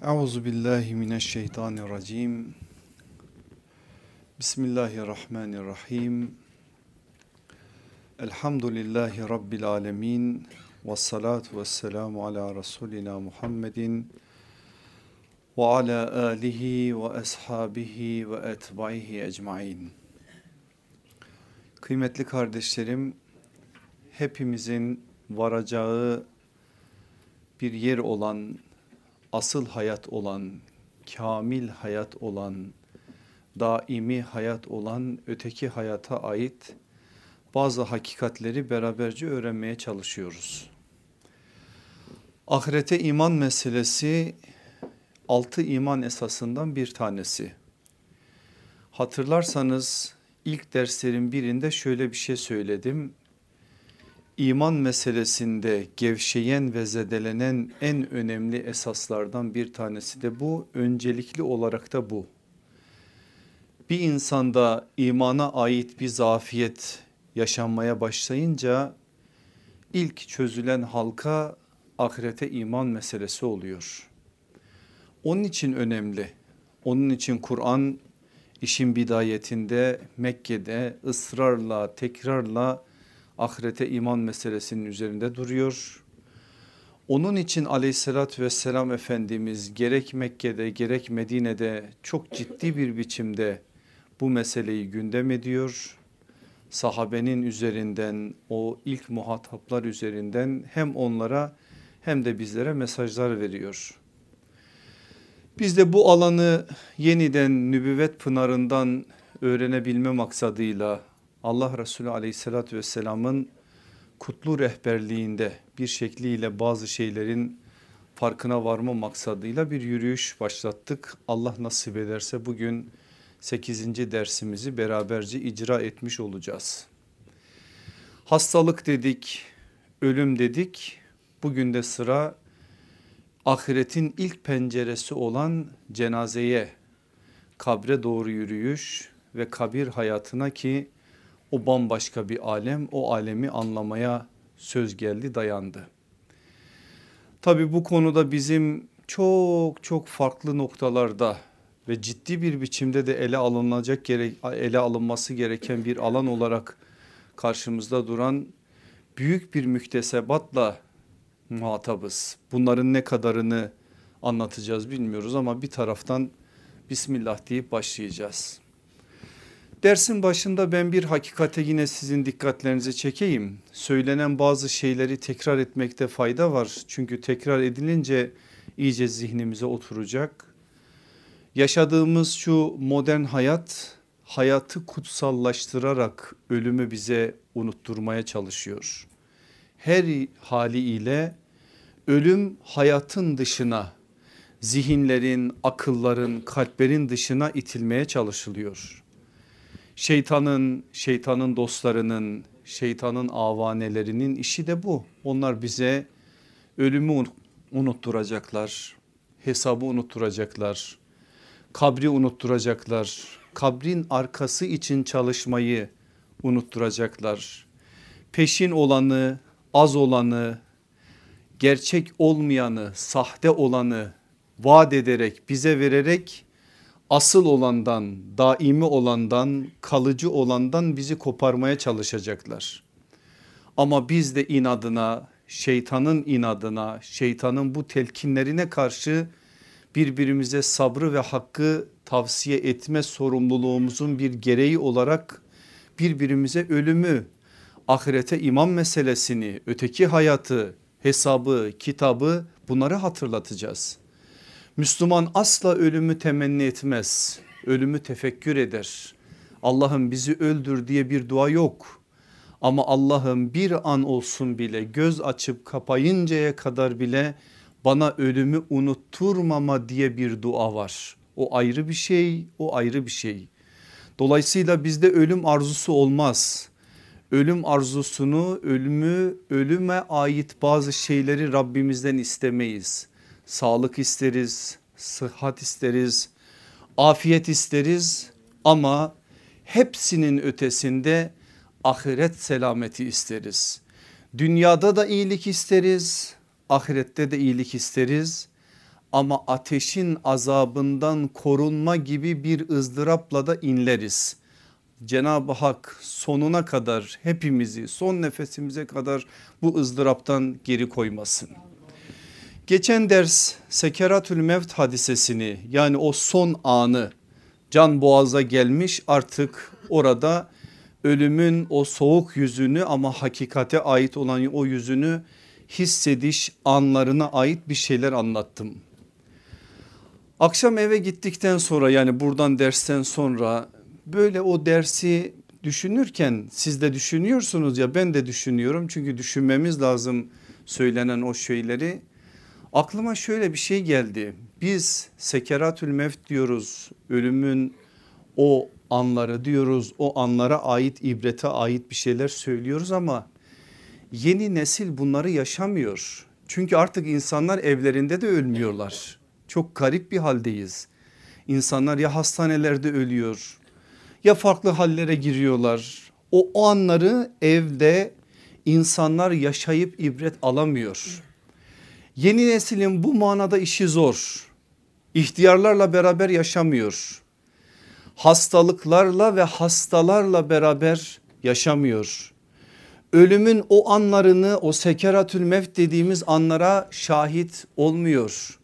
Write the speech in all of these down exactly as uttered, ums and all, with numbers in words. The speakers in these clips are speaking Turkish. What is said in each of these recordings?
Euzu billahi mineşşeytanirracim. Bismillahirrahmanirrahim. Elhamdülillahi rabbil alamin. Ves salatu vesselamu ala Resulina Muhammedin ve ala alihi ve ashabihi ve etbaihi ecmaîn. Kıymetli kardeşlerim, hepimizin varacağı bir yer olan, asıl hayat olan, kamil hayat olan, daimi hayat olan öteki hayata ait bazı hakikatleri beraberce öğrenmeye çalışıyoruz. Ahirete iman meselesi altı iman esasından bir tanesi. Hatırlarsanız ilk derslerin birinde şöyle bir şey söyledim. İman meselesinde gevşeyen ve zedelenen en önemli esaslardan bir tanesi de bu. Öncelikli olarak da bu. Bir insanda imana ait bir zafiyet yaşanmaya başlayınca ilk çözülen halka ahirete iman meselesi oluyor. Onun için önemli. Onun için Kur'an işin bidayetinde Mekke'de ısrarla, tekrarla ahirete iman meselesinin üzerinde duruyor. Onun için aleyhissalatü vesselam Efendimiz gerek Mekke'de gerek Medine'de çok ciddi bir biçimde bu meseleyi gündem ediyor. Sahabenin üzerinden, o ilk muhataplar üzerinden hem onlara hem de bizlere mesajlar veriyor. Biz de bu alanı yeniden nübüvvet pınarından öğrenebilme maksadıyla Allah Resulü aleyhissalatü vesselamın kutlu rehberliğinde bir şekliyle bazı şeylerin farkına varma maksadıyla bir yürüyüş başlattık. Allah nasip ederse bugün sekizinci dersimizi beraberce icra etmiş olacağız. Hastalık dedik, ölüm dedik. Bugün de sıra ahiretin ilk penceresi olan cenazeye, kabre doğru yürüyüş ve kabir hayatına ki o bambaşka bir alem, o alemi anlamaya söz geldi, dayandı. Tabii bu konuda bizim çok çok farklı noktalarda ve ciddi bir biçimde de ele alınacak, ele alınması gereken bir alan olarak karşımızda duran büyük bir müktesebatla muhatabız. Bunların ne kadarını anlatacağız bilmiyoruz ama bir taraftan Bismillah deyip başlayacağız. Dersin başında ben bir hakikate yine sizin dikkatlerinizi çekeyim. Söylenen bazı şeyleri tekrar etmekte fayda var. Çünkü tekrar edilince iyice zihnimize oturacak. Yaşadığımız şu modern hayat, hayatı kutsallaştırarak ölümü bize unutturmaya çalışıyor. Her haliyle ölüm hayatın dışına, zihinlerin, akılların, kalplerin dışına itilmeye çalışılıyor. Şeytanın, şeytanın dostlarının, şeytanın avanelerinin işi de bu. Onlar bize ölümü unutturacaklar, hesabı unutturacaklar, kabri unutturacaklar, kabrin arkası için çalışmayı unutturacaklar. Peşin olanı, az olanı, gerçek olmayanı, sahte olanı vaat ederek, bize vererek asıl olandan, daimi olandan, kalıcı olandan bizi koparmaya çalışacaklar. Ama biz de inadına, şeytanın inadına, şeytanın bu telkinlerine karşı birbirimize sabrı ve hakkı tavsiye etme sorumluluğumuzun bir gereği olarak birbirimize ölümü, ahirete iman meselesini, öteki hayatı, hesabı, kitabı, bunları hatırlatacağız. Müslüman asla ölümü temenni etmez. Ölümü tefekkür eder. Allah'ım bizi öldür diye bir dua yok. Ama Allah'ım bir an olsun bile göz açıp kapayıncaya kadar bile bana ölümü unutturmama diye bir dua var. O ayrı bir şey, o ayrı bir şey. Dolayısıyla bizde ölüm arzusu olmaz. Ölüm arzusunu, ölümü, ölüme ait bazı şeyleri Rabbimizden istemeyiz. Sağlık isteriz, sıhhat isteriz, afiyet isteriz ama hepsinin ötesinde ahiret selameti isteriz. Dünyada da iyilik isteriz, ahirette de iyilik isteriz ama ateşin azabından korunma gibi bir ızdırapla da inleriz. Cenab-ı Hak sonuna kadar hepimizi son nefesimize kadar bu ızdıraptan geri koymasın. Geçen ders sekeratül mevt hadisesini, yani o son anı, can boğaza gelmiş, artık orada ölümün o soğuk yüzünü ama hakikate ait olan o yüzünü hissediş anlarına ait bir şeyler anlattım. Akşam eve gittikten sonra, yani buradan dersten sonra böyle o dersi düşünürken, siz de düşünüyorsunuz ya, ben de düşünüyorum çünkü düşünmemiz lazım söylenen o şeyleri. Aklıma şöyle bir şey geldi. Biz sekeratül mevt diyoruz, ölümün o anları diyoruz, o anlara ait, ibrete ait bir şeyler söylüyoruz ama yeni nesil bunları yaşamıyor. Çünkü artık insanlar evlerinde de ölmüyorlar. Çok garip bir haldeyiz. İnsanlar ya hastanelerde ölüyor ya farklı hallere giriyorlar. O, o anları evde insanlar yaşayıp ibret alamıyor. Yeni neslin bu manada işi zor. İhtiyarlarla beraber yaşamıyor. Hastalıklarla ve hastalarla beraber yaşamıyor. Ölümün o anlarını, o sekeratül mevt dediğimiz anlara şahit olmuyor.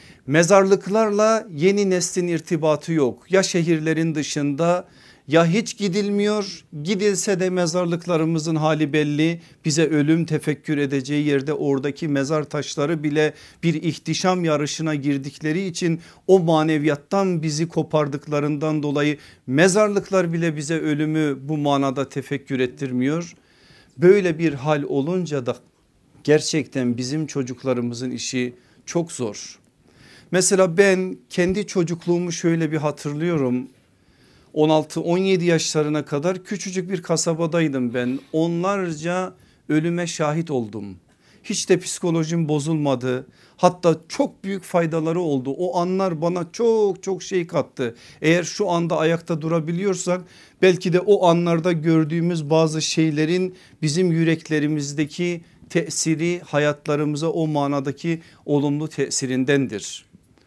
Mezarlıklarla yeni neslin irtibatı yok. Ya şehirlerin dışında ya hiç gidilmiyor. Gidilse de mezarlıklarımızın hali belli. Bize ölüm tefekkür edeceği yerde oradaki mezar taşları bile bir ihtişam yarışına girdikleri için o maneviyattan bizi kopardıklarından dolayı mezarlıklar bile bize ölümü bu manada tefekkür ettirmiyor. Böyle bir hal olunca da gerçekten bizim çocuklarımızın işi çok zor. Mesela ben kendi çocukluğumu şöyle bir hatırlıyorum. on altı on yedi yaşlarına kadar küçücük bir kasabadaydım ben. Onlarca ölüme şahit oldum. Hiç de psikolojim bozulmadı. Hatta çok büyük faydaları oldu. O anlar bana çok çok şey kattı. Eğer şu anda ayakta durabiliyorsak belki de o anlarda gördüğümüz bazı şeylerin bizim yüreklerimizdeki tesiri, hayatlarımıza o manadaki olumlu tesirindendir.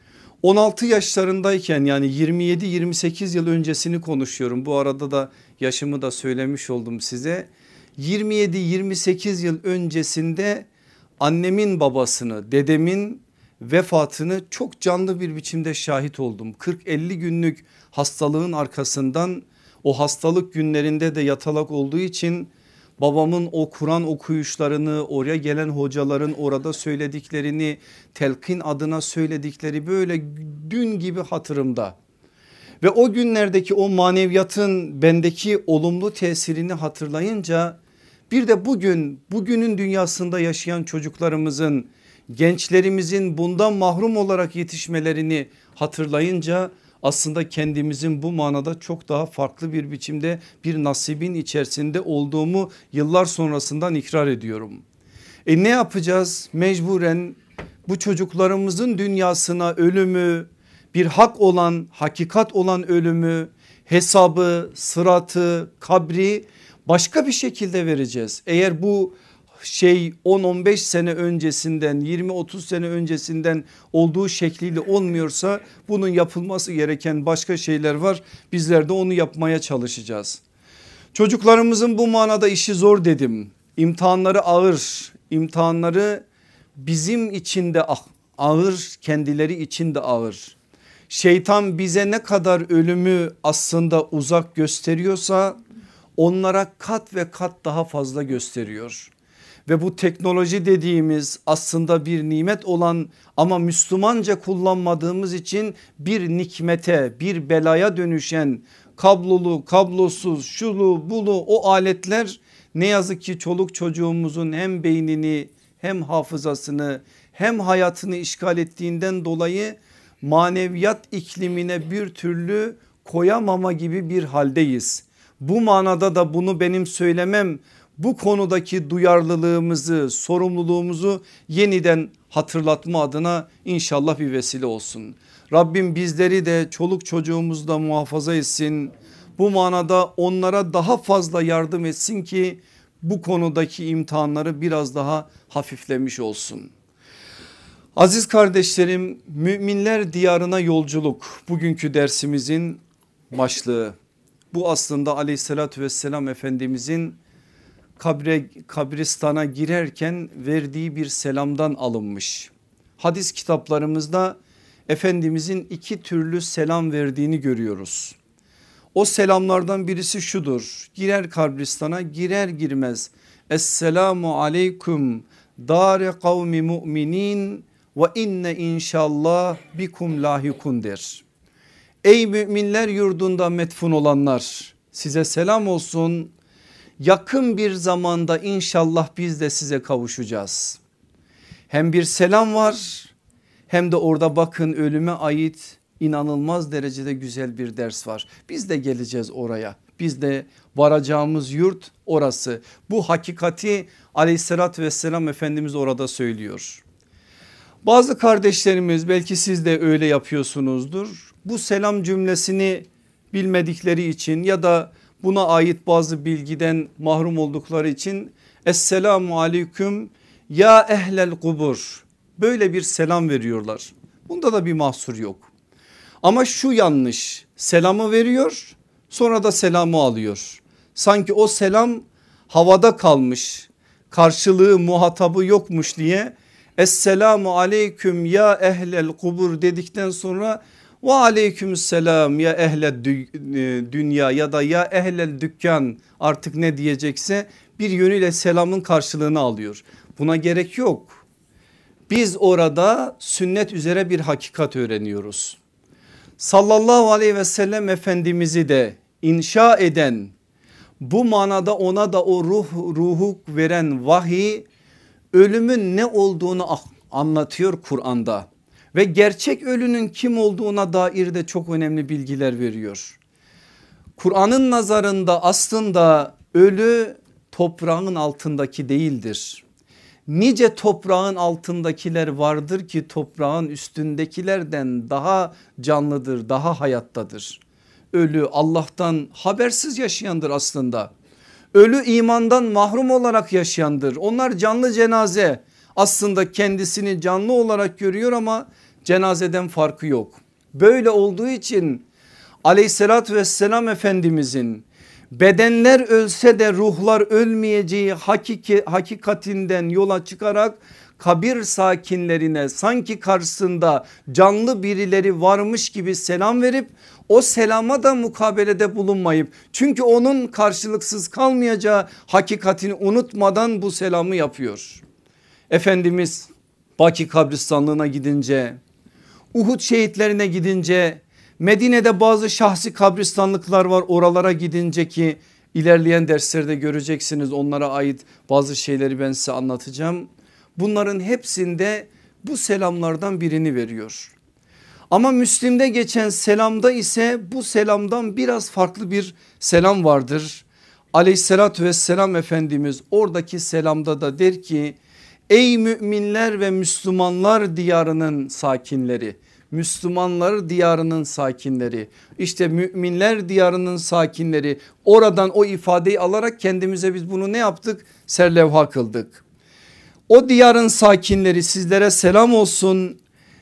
on altı yaşlarındayken, yani yirmi yedi yirmi sekiz yıl öncesini konuşuyorum. Bu arada da yaşımı da söylemiş oldum size. yirmi yedi yirmi sekiz yıl öncesinde annemin babasını, dedemin vefatını çok canlı bir biçimde şahit oldum. kırk elli günlük hastalığın arkasından, o hastalık günlerinde de yatalak olduğu için babamın o Kur'an okuyuşlarını, oraya gelen hocaların orada söylediklerini, telkin adına söyledikleri böyle dün gibi hatırımda. Ve o günlerdeki o maneviyatın bendeki olumlu tesirini hatırlayınca, bir de bugün, bugünün dünyasında yaşayan çocuklarımızın, gençlerimizin bundan mahrum olarak yetişmelerini hatırlayınca aslında kendimizin bu manada çok daha farklı bir biçimde bir nasibin içerisinde olduğumu yıllar sonrasından ikrar ediyorum. E ne yapacağız? Mecburen bu çocuklarımızın dünyasına ölümü, bir hak olan, hakikat olan ölümü, hesabı, sıratı, kabri başka bir şekilde vereceğiz. Eğer bu şey on on beş sene öncesinden, yirmi otuz sene öncesinden olduğu şekliyle olmuyorsa bunun yapılması gereken başka şeyler var. Bizler de onu yapmaya çalışacağız. Çocuklarımızın bu manada işi zor dedim. İmtihanları ağır. İmtihanları bizim için de ağır, kendileri için de ağır. Şeytan bize ne kadar ölümü aslında uzak gösteriyorsa onlara kat ve kat daha fazla gösteriyor. Ve bu teknoloji dediğimiz aslında bir nimet olan ama Müslümanca kullanmadığımız için bir nikmete, bir belaya dönüşen kablolu, kablosuz, şulu bulu o aletler ne yazık ki çoluk çocuğumuzun hem beynini hem hafızasını hem hayatını işgal ettiğinden dolayı maneviyat iklimine bir türlü koyamama gibi bir haldeyiz. Bu manada da bunu benim söylemem bu konudaki duyarlılığımızı, sorumluluğumuzu yeniden hatırlatma adına inşallah bir vesile olsun. Rabbim bizleri de çoluk çocuğumuzu da muhafaza etsin. Bu manada onlara daha fazla yardım etsin ki bu konudaki imtihanları biraz daha hafiflemiş olsun. Aziz kardeşlerim, müminler diyarına yolculuk bugünkü dersimizin başlığı. Bu aslında aleyhissalatü vesselam Efendimizin kabre, kabristana girerken verdiği bir selamdan alınmış. Hadis kitaplarımızda Efendimizin iki türlü selam verdiğini görüyoruz. O selamlardan birisi şudur: girer kabristana, girer girmez Esselamu aleyküm dâre kavmi mu'minin ve inne inşallah bikum lahikun der. Ey müminler yurdunda metfun olanlar, size selam olsun. Yakın bir zamanda inşallah biz de size kavuşacağız. Hem bir selam var, hem de orada bakın ölüme ait inanılmaz derecede güzel bir ders var. Biz de geleceğiz oraya. Biz de varacağımız yurt orası. Bu hakikati aleyhissalatü vesselam Efendimiz orada söylüyor. Bazı kardeşlerimiz, belki siz de öyle yapıyorsunuzdur, bu selam cümlesini bilmedikleri için ya da buna ait bazı bilgiden mahrum oldukları için Esselamu aleyküm ya ehlel kubur, böyle bir selam veriyorlar. Bunda da bir mahsur yok. Ama şu yanlış: selamı veriyor, sonra da selamı alıyor. Sanki o selam havada kalmış, karşılığı muhatabı yokmuş diye Esselamu aleyküm ya ehlel kubur dedikten sonra ve aleyküm selam ya ehlel dünya ya da ya ehlel dükkan, artık ne diyecekse bir yönüyle selamın karşılığını alıyor. Buna gerek yok. Biz orada sünnet üzere bir hakikat öğreniyoruz. Sallallahu aleyhi ve sellem Efendimiz'i de inşa eden, bu manada ona da o ruh ruhu veren vahiy ölümün ne olduğunu anlatıyor Kur'an'da ve gerçek ölünün kim olduğuna dair de çok önemli bilgiler veriyor. Kur'an'ın nazarında aslında ölü toprağın altındaki değildir. Nice toprağın altındakiler vardır ki toprağın üstündekilerden daha canlıdır, daha hayattadır. Ölü Allah'tan habersiz yaşayandır aslında. Ölü imandan mahrum olarak yaşayandır. Onlar canlı cenaze, aslında kendisini canlı olarak görüyor ama cenazeden farkı yok. Böyle olduğu için aleyhissalatü vesselam Efendimizin bedenler ölse de ruhlar ölmeyeceği hakiki, hakikatinden yola çıkarak kabir sakinlerine sanki karşısında canlı birileri varmış gibi selam verip o selama da mukabelede bulunmayıp, çünkü onun karşılıksız kalmayacağı hakikatini unutmadan bu selamı yapıyor. Efendimiz Baki kabristanlığına gidince, Uhud şehitlerine gidince, Medine'de bazı şahsi kabristanlıklar var, oralara gidince ki ilerleyen derslerde göreceksiniz, onlara ait bazı şeyleri ben size anlatacağım. Bunların hepsinde bu selamlardan birini veriyor. Ama Müslim'de geçen selamda ise bu selamdan biraz farklı bir selam vardır. Aleyhissalatü vesselam Efendimiz oradaki selamda da der ki: ey müminler ve Müslümanlar diyarının sakinleri, Müslümanlar diyarının sakinleri, işte müminler diyarının sakinleri, oradan o ifadeyi alarak kendimize biz bunu ne yaptık? Serlevha kıldık. O diyarın sakinleri, sizlere selam olsun.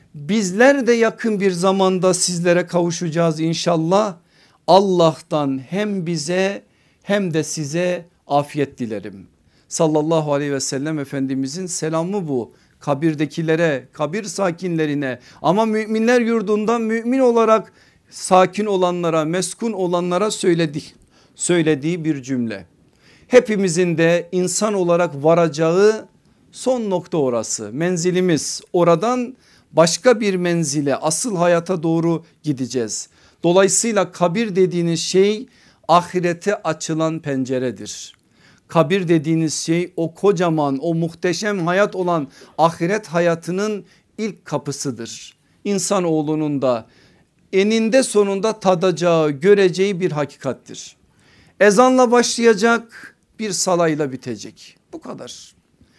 Bizler de yakın bir zamanda sizlere kavuşacağız inşallah. Allah'tan hem bize hem de size afiyet dilerim. Sallallahu aleyhi ve sellem Efendimizin selamı bu. Kabirdekilere, kabir sakinlerine, ama müminler yurdundan mümin olarak sakin olanlara, meskun olanlara söyledi, söylediği bir cümle. Hepimizin de insan olarak varacağı son nokta orası, menzilimiz. Oradan başka bir menzile, asıl hayata doğru gideceğiz. Dolayısıyla kabir dediğiniz şey ahirete açılan penceredir. Kabir dediğiniz şey o kocaman, o muhteşem hayat olan ahiret hayatının ilk kapısıdır. İnsanoğlunun da eninde sonunda tadacağı, göreceği bir hakikattir. Ezanla başlayacak, bir salayla bitecek, bu kadar.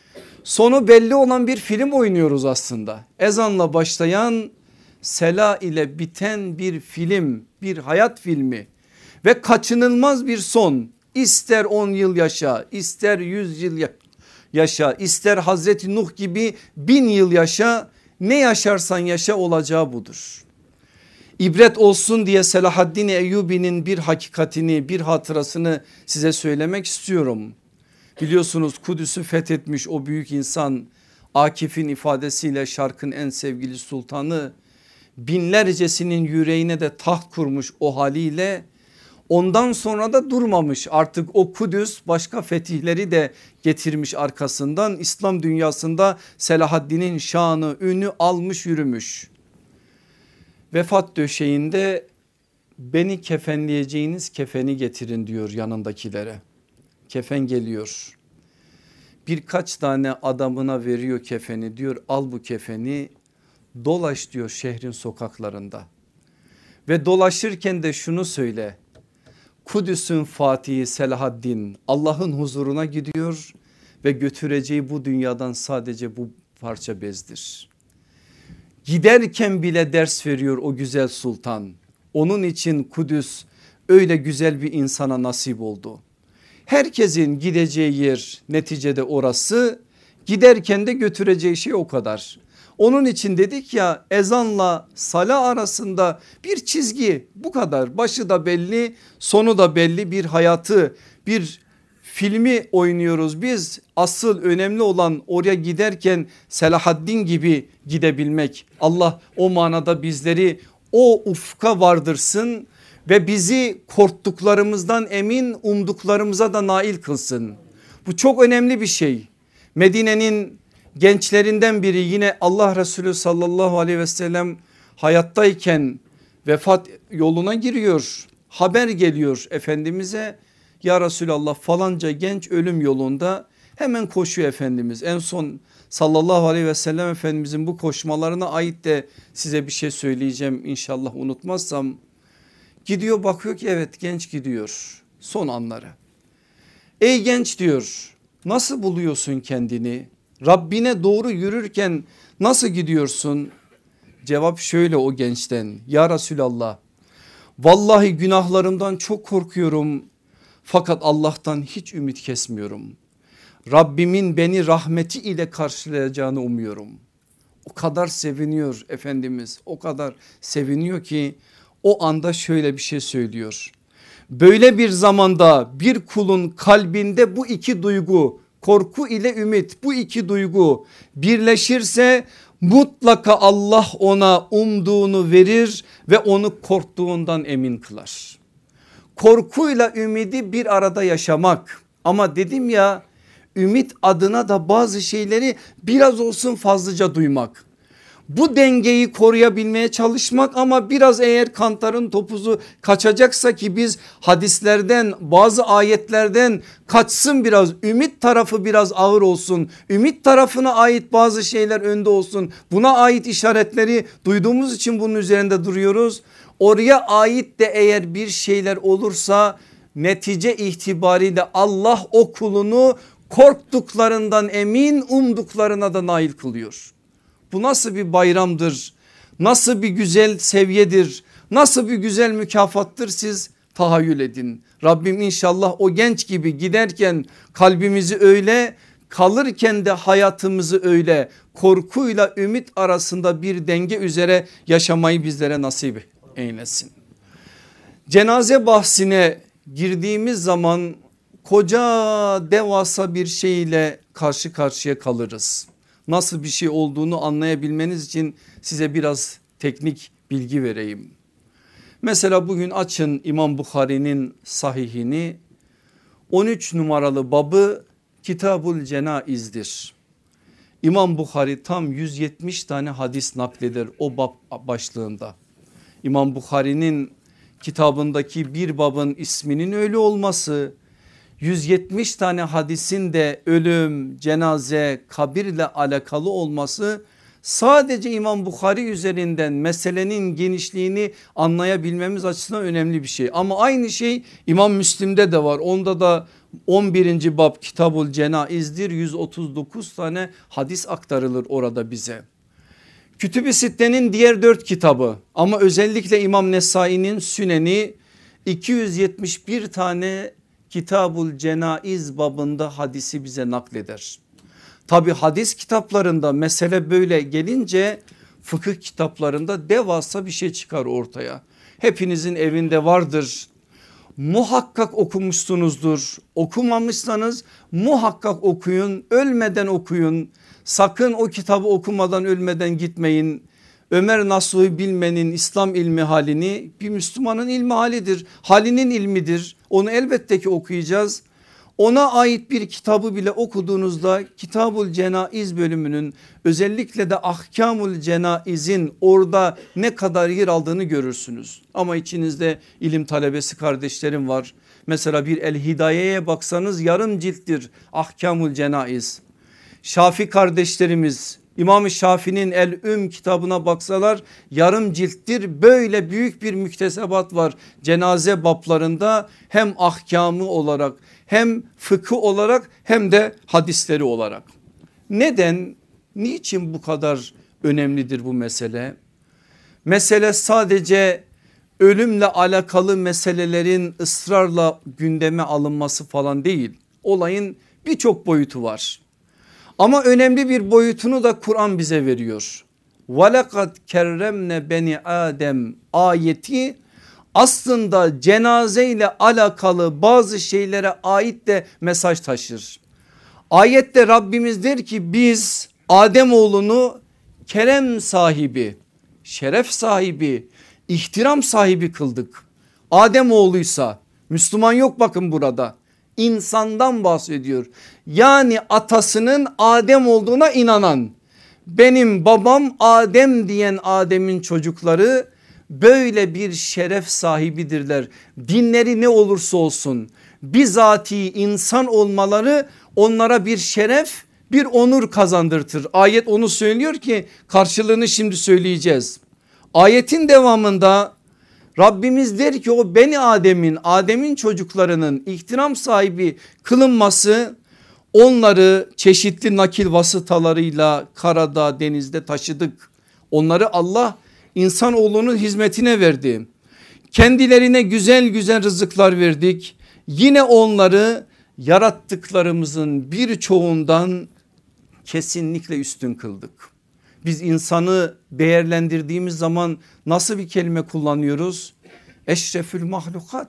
Sonu belli olan bir film oynuyoruz aslında. Ezanla başlayan, sela ile biten bir film, bir hayat filmi ve kaçınılmaz bir son. İster on yıl yaşa, ister yüz yıl yaşa, ister Hazreti Nuh gibi bin yıl yaşa, Ne yaşarsan yaşa olacağı budur. İbret olsun diye Selahaddin Eyyubi'nin bir hakikatini, bir hatırasını size söylemek istiyorum. Biliyorsunuz Kudüs'ü fethetmiş o büyük insan, Akif'in ifadesiyle şarkın en sevgili sultanı, binlercesinin yüreğine de taht kurmuş o haliyle. Ondan sonra da durmamış, artık o Kudüs başka fetihleri de getirmiş arkasından. İslam dünyasında Selahaddin'in şanı, ünü almış yürümüş. Vefat döşeğinde beni kefenleyeceğiniz kefeni getirin diyor yanındakilere. Kefen geliyor. Birkaç tane adamına veriyor kefeni, diyor al bu kefeni, dolaş diyor şehrin sokaklarında. Ve dolaşırken de şunu söyle: Kudüs'ün Fatihi Selahaddin Allah'ın huzuruna gidiyor ve götüreceği bu dünyadan sadece bu parça bezdir. Giderken bile ders veriyor o güzel sultan. Onun için Kudüs öyle güzel bir insana nasip oldu. Herkesin gideceği yer neticede orası, giderken de götüreceği şey o kadar. Onun için dedik ya, ezanla sala arasında bir çizgi, bu kadar. Başı da belli, sonu da belli, bir hayatı, bir filmi oynuyoruz biz. Asıl önemli olan oraya giderken Selahaddin gibi gidebilmek. Allah o manada bizleri o ufka vardırsın ve bizi korktuklarımızdan emin, umduklarımıza da nail kılsın. Bu çok önemli bir şey. Medine'nin gençlerinden biri, yine Allah Resulü sallallahu aleyhi ve sellem hayattayken vefat yoluna giriyor. Haber geliyor Efendimiz'e, ya Resulallah falanca genç ölüm yolunda. Hemen koşuyor Efendimiz. En son sallallahu aleyhi ve sellem Efendimizin bu koşmalarına ait de size bir şey söyleyeceğim inşallah unutmazsam. Gidiyor, bakıyor ki evet, genç gidiyor, son anları. Ey genç diyor, nasıl buluyorsun kendini? Rabbine doğru yürürken nasıl gidiyorsun? Cevap şöyle o gençten: ya Resulallah, vallahi günahlarımdan çok korkuyorum fakat Allah'tan hiç ümit kesmiyorum. Rabbimin beni rahmeti ile karşılayacağını umuyorum. O kadar seviniyor Efendimiz, o kadar seviniyor ki o anda şöyle bir şey söylüyor: böyle bir zamanda bir kulun kalbinde bu iki duygu, korku ile ümit, bu iki duygu birleşirse mutlaka Allah ona umduğunu verir ve onu korktuğundan emin kılar. Korkuyla ümidi bir arada yaşamak, ama dedim ya, ümit adına da bazı şeyleri biraz olsun fazlaca duymak. Bu dengeyi koruyabilmeye çalışmak, ama biraz eğer kantarın topuzu kaçacaksa, ki biz hadislerden, bazı ayetlerden kaçsın, biraz ümit tarafı biraz ağır olsun, ümit tarafına ait bazı şeyler önde olsun, buna ait işaretleri duyduğumuz için bunun üzerinde duruyoruz. Oraya ait de eğer bir şeyler olursa netice itibariyle Allah o kulunu korktuklarından emin, umduklarına da nail kılıyor. Bu nasıl bir bayramdır, nasıl bir güzel seviyedir, nasıl bir güzel mükafattır, siz tahayyül edin. Rabbim inşallah o genç gibi giderken kalbimizi öyle, kalırken de hayatımızı öyle korkuyla ümit arasında bir denge üzere yaşamayı bizlere nasip eylesin. Cenaze bahsine girdiğimiz zaman koca devasa bir şeyle karşı karşıya kalırız. Nasıl bir şey olduğunu anlayabilmeniz için size biraz teknik bilgi vereyim. Mesela bugün açın İmam Bukhari'nin sahihini, on üç numaralı babı Kitabul Cenaiz'dir. İmam Bukhari tam yüz yetmiş tane hadis nakleder o bab başlığında. İmam Bukhari'nin kitabındaki bir babın isminin öyle olması, yüz yetmiş tane hadisin de ölüm, cenaze, kabirle alakalı olması sadece İmam Bukhari üzerinden meselenin genişliğini anlayabilmemiz açısından önemli bir şey. Ama aynı şey İmam Müslim'de de var. Onda da on birinci bab Kitabul Cenaiz'dir. yüz otuz dokuz tane hadis aktarılır orada bize. Kütüb-i Sitte'nin diğer dört kitabı, ama özellikle İmam Nesai'nin Süneni iki yüz yetmiş bir tane Kitabul Cenaiz babında hadisi bize nakleder. Tabi hadis kitaplarında mesele böyle gelince fıkıh kitaplarında devasa bir şey çıkar ortaya. Hepinizin evinde vardır. Muhakkak okumuşsunuzdur. Okumamışsanız muhakkak okuyun. Ölmeden okuyun. Sakın o kitabı okumadan ölmeden gitmeyin. Ömer Nasuhi Bilmen'in İslam ilmi halini bir Müslümanın ilmi halidir. Halinin ilmidir. Onu elbette ki okuyacağız. Ona ait bir kitabı bile okuduğunuzda Kitabul Cenaiz bölümünün özellikle de Ahkamul Cenaiz'in orada ne kadar yer aldığını görürsünüz. Ama içinizde ilim talebesi kardeşlerim var. Mesela bir El Hidaye'ye baksanız yarım cilttir Ahkamul Cenaiz. Şafi kardeşlerimiz İmam-ı Şafii'nin El Üm kitabına baksalar yarım cilttir. Böyle büyük bir müktesebat var cenaze bablarında, hem ahkamı olarak hem fıkı olarak hem de hadisleri olarak. Neden, niçin bu kadar önemlidir bu mesele? Mesele sadece ölümle alakalı meselelerin ısrarla gündeme alınması falan değil. Olayın birçok boyutu var. Ama önemli bir boyutunu da Kur'an bize veriyor. وَلَقَدْ كَرَّمْنَ beni Adem ayeti aslında cenaze ile alakalı bazı şeylere ait de mesaj taşır. Ayette Rabbimiz der ki biz Adem oğlunu kerem sahibi, şeref sahibi, ihtiram sahibi kıldık. Adem oğluysa Müslüman yok bakın burada. İnsandan bahsediyor. Yani atasının Adem olduğuna inanan, benim babam Adem diyen Adem'in çocukları böyle bir şeref sahibidirler. Dinleri ne olursa olsun bizatihi insan olmaları onlara bir şeref, bir onur kazandırtır. Ayet onu söylüyor ki karşılığını şimdi söyleyeceğiz. Ayetin devamında Rabbimiz der ki o Beni Adem'in, Adem'in çocuklarının ihtiram sahibi kılınması, onları çeşitli nakil vasıtalarıyla karada, denizde taşıdık. Onları Allah insanoğlunun hizmetine verdi. Kendilerine güzel güzel rızıklar verdik. Yine onları yarattıklarımızın birçoğundan kesinlikle üstün kıldık. Biz insanı değerlendirdiğimiz zaman nasıl bir kelime kullanıyoruz? Eşrefül mahlukat.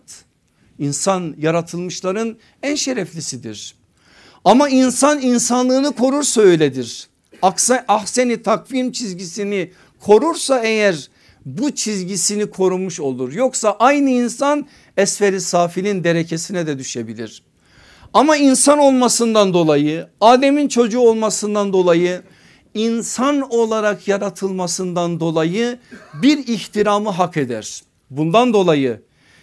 İnsan yaratılmışların en şereflisidir. Ama insan insanlığını korursa öyledir. Aksa, ahseni takvim çizgisini korursa eğer bu çizgisini korumuş olur. Yoksa aynı insan esferi safilin derekesine de düşebilir. Ama insan olmasından dolayı, Adem'in çocuğu olmasından dolayı, insan olarak yaratılmasından dolayı bir ihtiramı hak eder. Bundan dolayı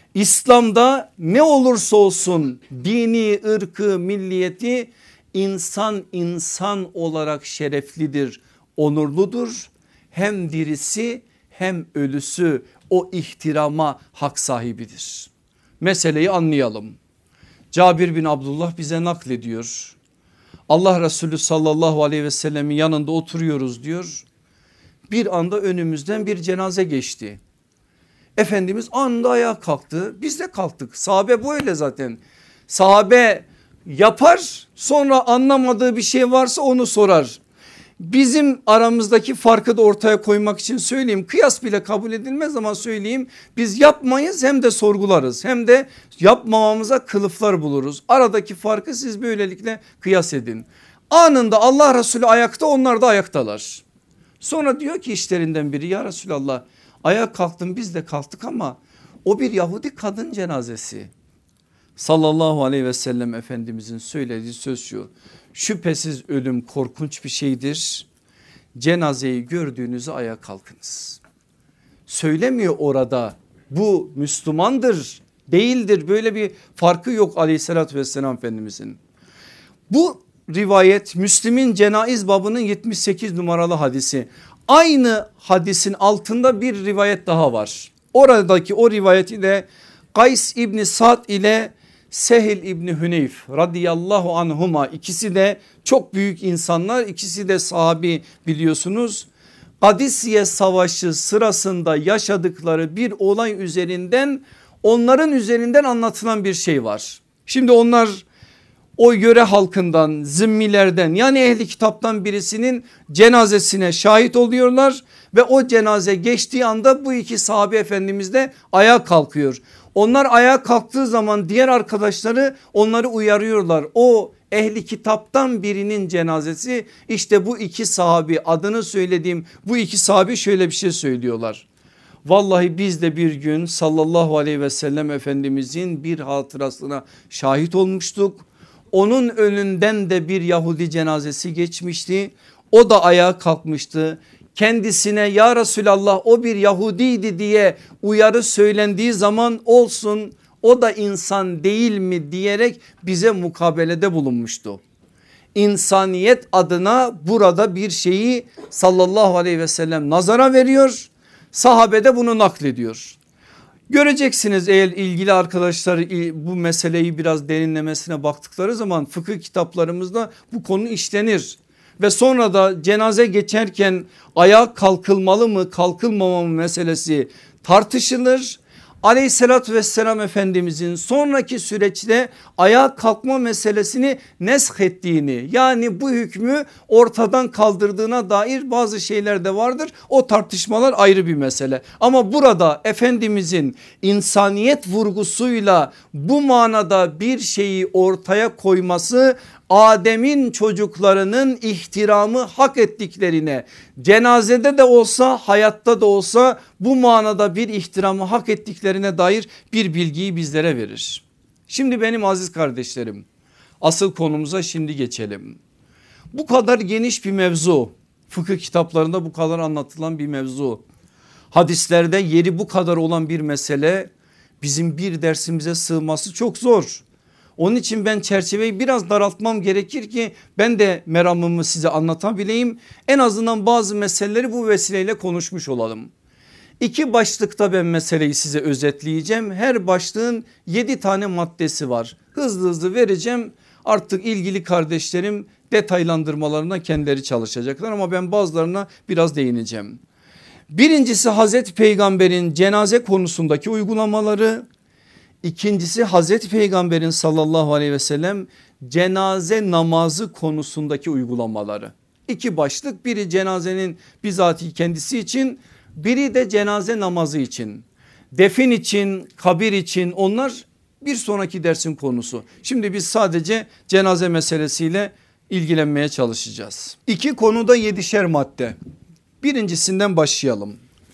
İslam'da ne olursa olsun dini, ırkı, milliyeti insan insan olarak şereflidir, onurludur. Hem dirisi hem ölüsü o ihtirama hak sahibidir. Meseleyi anlayalım. Cabir bin Abdullah bize naklediyor. Allah Resulü sallallahu aleyhi ve sellemin yanında oturuyoruz diyor. Bir anda önümüzden bir cenaze geçti. Efendimiz anında ayağa kalktı. Biz de kalktık. Sahabe böyle zaten. Sahabe yapar, sonra anlamadığı bir şey varsa onu sorar. Bizim aramızdaki farkı da ortaya koymak için söyleyeyim. Kıyas bile kabul edilmez ama söyleyeyim. Biz yapmayız, hem de sorgularız, hem de yapmamamıza kılıflar buluruz. Aradaki farkı siz böylelikle kıyas edin. Anında Allah Resulü ayakta, onlar da ayaktalar. Sonra diyor ki işlerinden biri, ya Resulallah ayağa kalktım, biz de kalktık ama o bir Yahudi kadın cenazesi. Sallallahu aleyhi ve sellem Efendimizin söylediği söz şu: şüphesiz ölüm korkunç bir şeydir. Cenazeyi gördüğünüzde ayağa kalkınız. Söylemiyor orada bu Müslümandır, değildir, böyle bir farkı yok aleyhissalatü vesselam Efendimizin. Bu rivayet Müslim'in Cenaiz babının yetmiş sekiz numaralı hadisi. Aynı hadisin altında bir rivayet daha var. Oradaki o rivayeti de Kays İbni Sa'd ile Sehil İbni Hüneyf radıyallahu anhuma, ikisi de çok büyük insanlar, ikisi de sahabi biliyorsunuz. Kadisiye Savaşı sırasında yaşadıkları bir olay üzerinden, onların üzerinden anlatılan bir şey var. Şimdi onlar o yöre halkından, zimmilerden yani ehli kitaptan birisinin cenazesine şahit oluyorlar ve o cenaze geçtiği anda bu iki sahabe efendimiz de ayağa kalkıyor. Onlar ayağa kalktığı zaman diğer arkadaşları onları uyarıyorlar. O ehli kitaptan birinin cenazesi, işte bu iki sahabi, adını söylediğim bu iki sahabi şöyle bir şey söylüyorlar. Vallahi biz de bir gün sallallahu aleyhi ve sellem efendimizin bir hatırasına şahit olmuştuk. Onun önünden de bir Yahudi cenazesi geçmişti. O da ayağa kalkmıştı. Kendisine ya Resulallah o bir Yahudiydi diye uyarı söylendiği zaman olsun o da insan değil mi diyerek bize mukabelede bulunmuştu. İnsaniyet adına burada bir şeyi sallallahu aleyhi ve sellem nazara veriyor. Sahabe de bunu naklediyor. Göreceksiniz eğer ilgili arkadaşlar bu meseleyi biraz derinlemesine baktıkları zaman fıkıh kitaplarımızda bu konu işlenir. Ve sonra da cenaze geçerken ayağa kalkılmalı mı kalkılmama mı meselesi tartışılır. Aleyhissalatü vesselam Efendimizin sonraki süreçte ayağa kalkma meselesini nesk ettiğini, yani bu hükmü ortadan kaldırdığına dair bazı şeyler de vardır. O tartışmalar ayrı bir mesele. Ama burada Efendimizin insaniyet vurgusuyla bu manada bir şeyi ortaya koyması, Adem'in çocuklarının ihtiramı hak ettiklerine, cenazede de olsa hayatta da olsa bu manada bir ihtiramı hak ettiklerine dair bir bilgiyi bizlere verir. Şimdi benim aziz kardeşlerim, asıl konumuza şimdi geçelim. Bu kadar geniş bir mevzu, fıkıh kitaplarında bu kadar anlatılan bir mevzu, hadislerde yeri bu kadar olan bir mesele bizim bir dersimize sığması çok zor. Onun için ben çerçeveyi biraz daraltmam gerekir ki ben de meramımı size anlatabileyim. En azından bazı meseleleri bu vesileyle konuşmuş olalım. İki başlıkta ben meseleyi size özetleyeceğim. Her başlığın yedi tane maddesi var. Hızlı hızlı vereceğim. Artık ilgili kardeşlerim detaylandırmalarına kendileri çalışacaklar ama ben bazılarına biraz değineceğim. Birincisi Hazreti Peygamber'in cenaze konusundaki uygulamaları. İkincisi Hazreti Peygamber'in sallallahu aleyhi ve sellem cenaze namazı konusundaki uygulamaları. İki başlık, biri cenazenin bizatihi kendisi için, biri de cenaze namazı için. Defin için, kabir için, onlar bir sonraki dersin konusu. Şimdi biz sadece cenaze meselesiyle ilgilenmeye çalışacağız. İki konuda yedişer madde. Birincisinden başlayalım.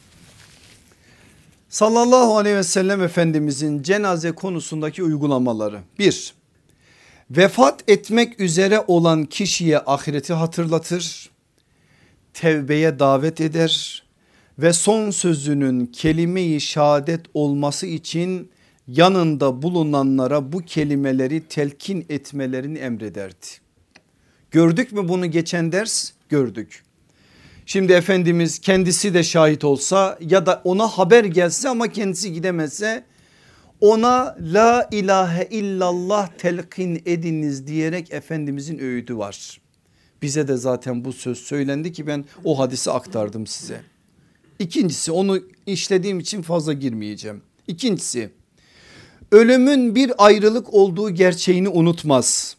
Sallallahu aleyhi ve sellem Efendimizin cenaze konusundaki uygulamaları. Bir, vefat etmek üzere olan kişiye ahireti hatırlatır, tevbeye davet eder ve son sözünün kelime-i şehadet olması için yanında bulunanlara bu kelimeleri telkin etmelerini emrederdi. Gördük mü bunu geçen ders? Gördük. Şimdi Efendimiz kendisi de şahit olsa ya da ona haber gelse ama kendisi gidemezse ona la ilahe illallah telkin ediniz diyerek Efendimizin öğüdü var. Bize de zaten bu söz söylendi ki ben o hadisi aktardım size. İkincisi, onu işlediğim için fazla girmeyeceğim. İkincisi, ölümün bir ayrılık olduğu gerçeğini unutmaz.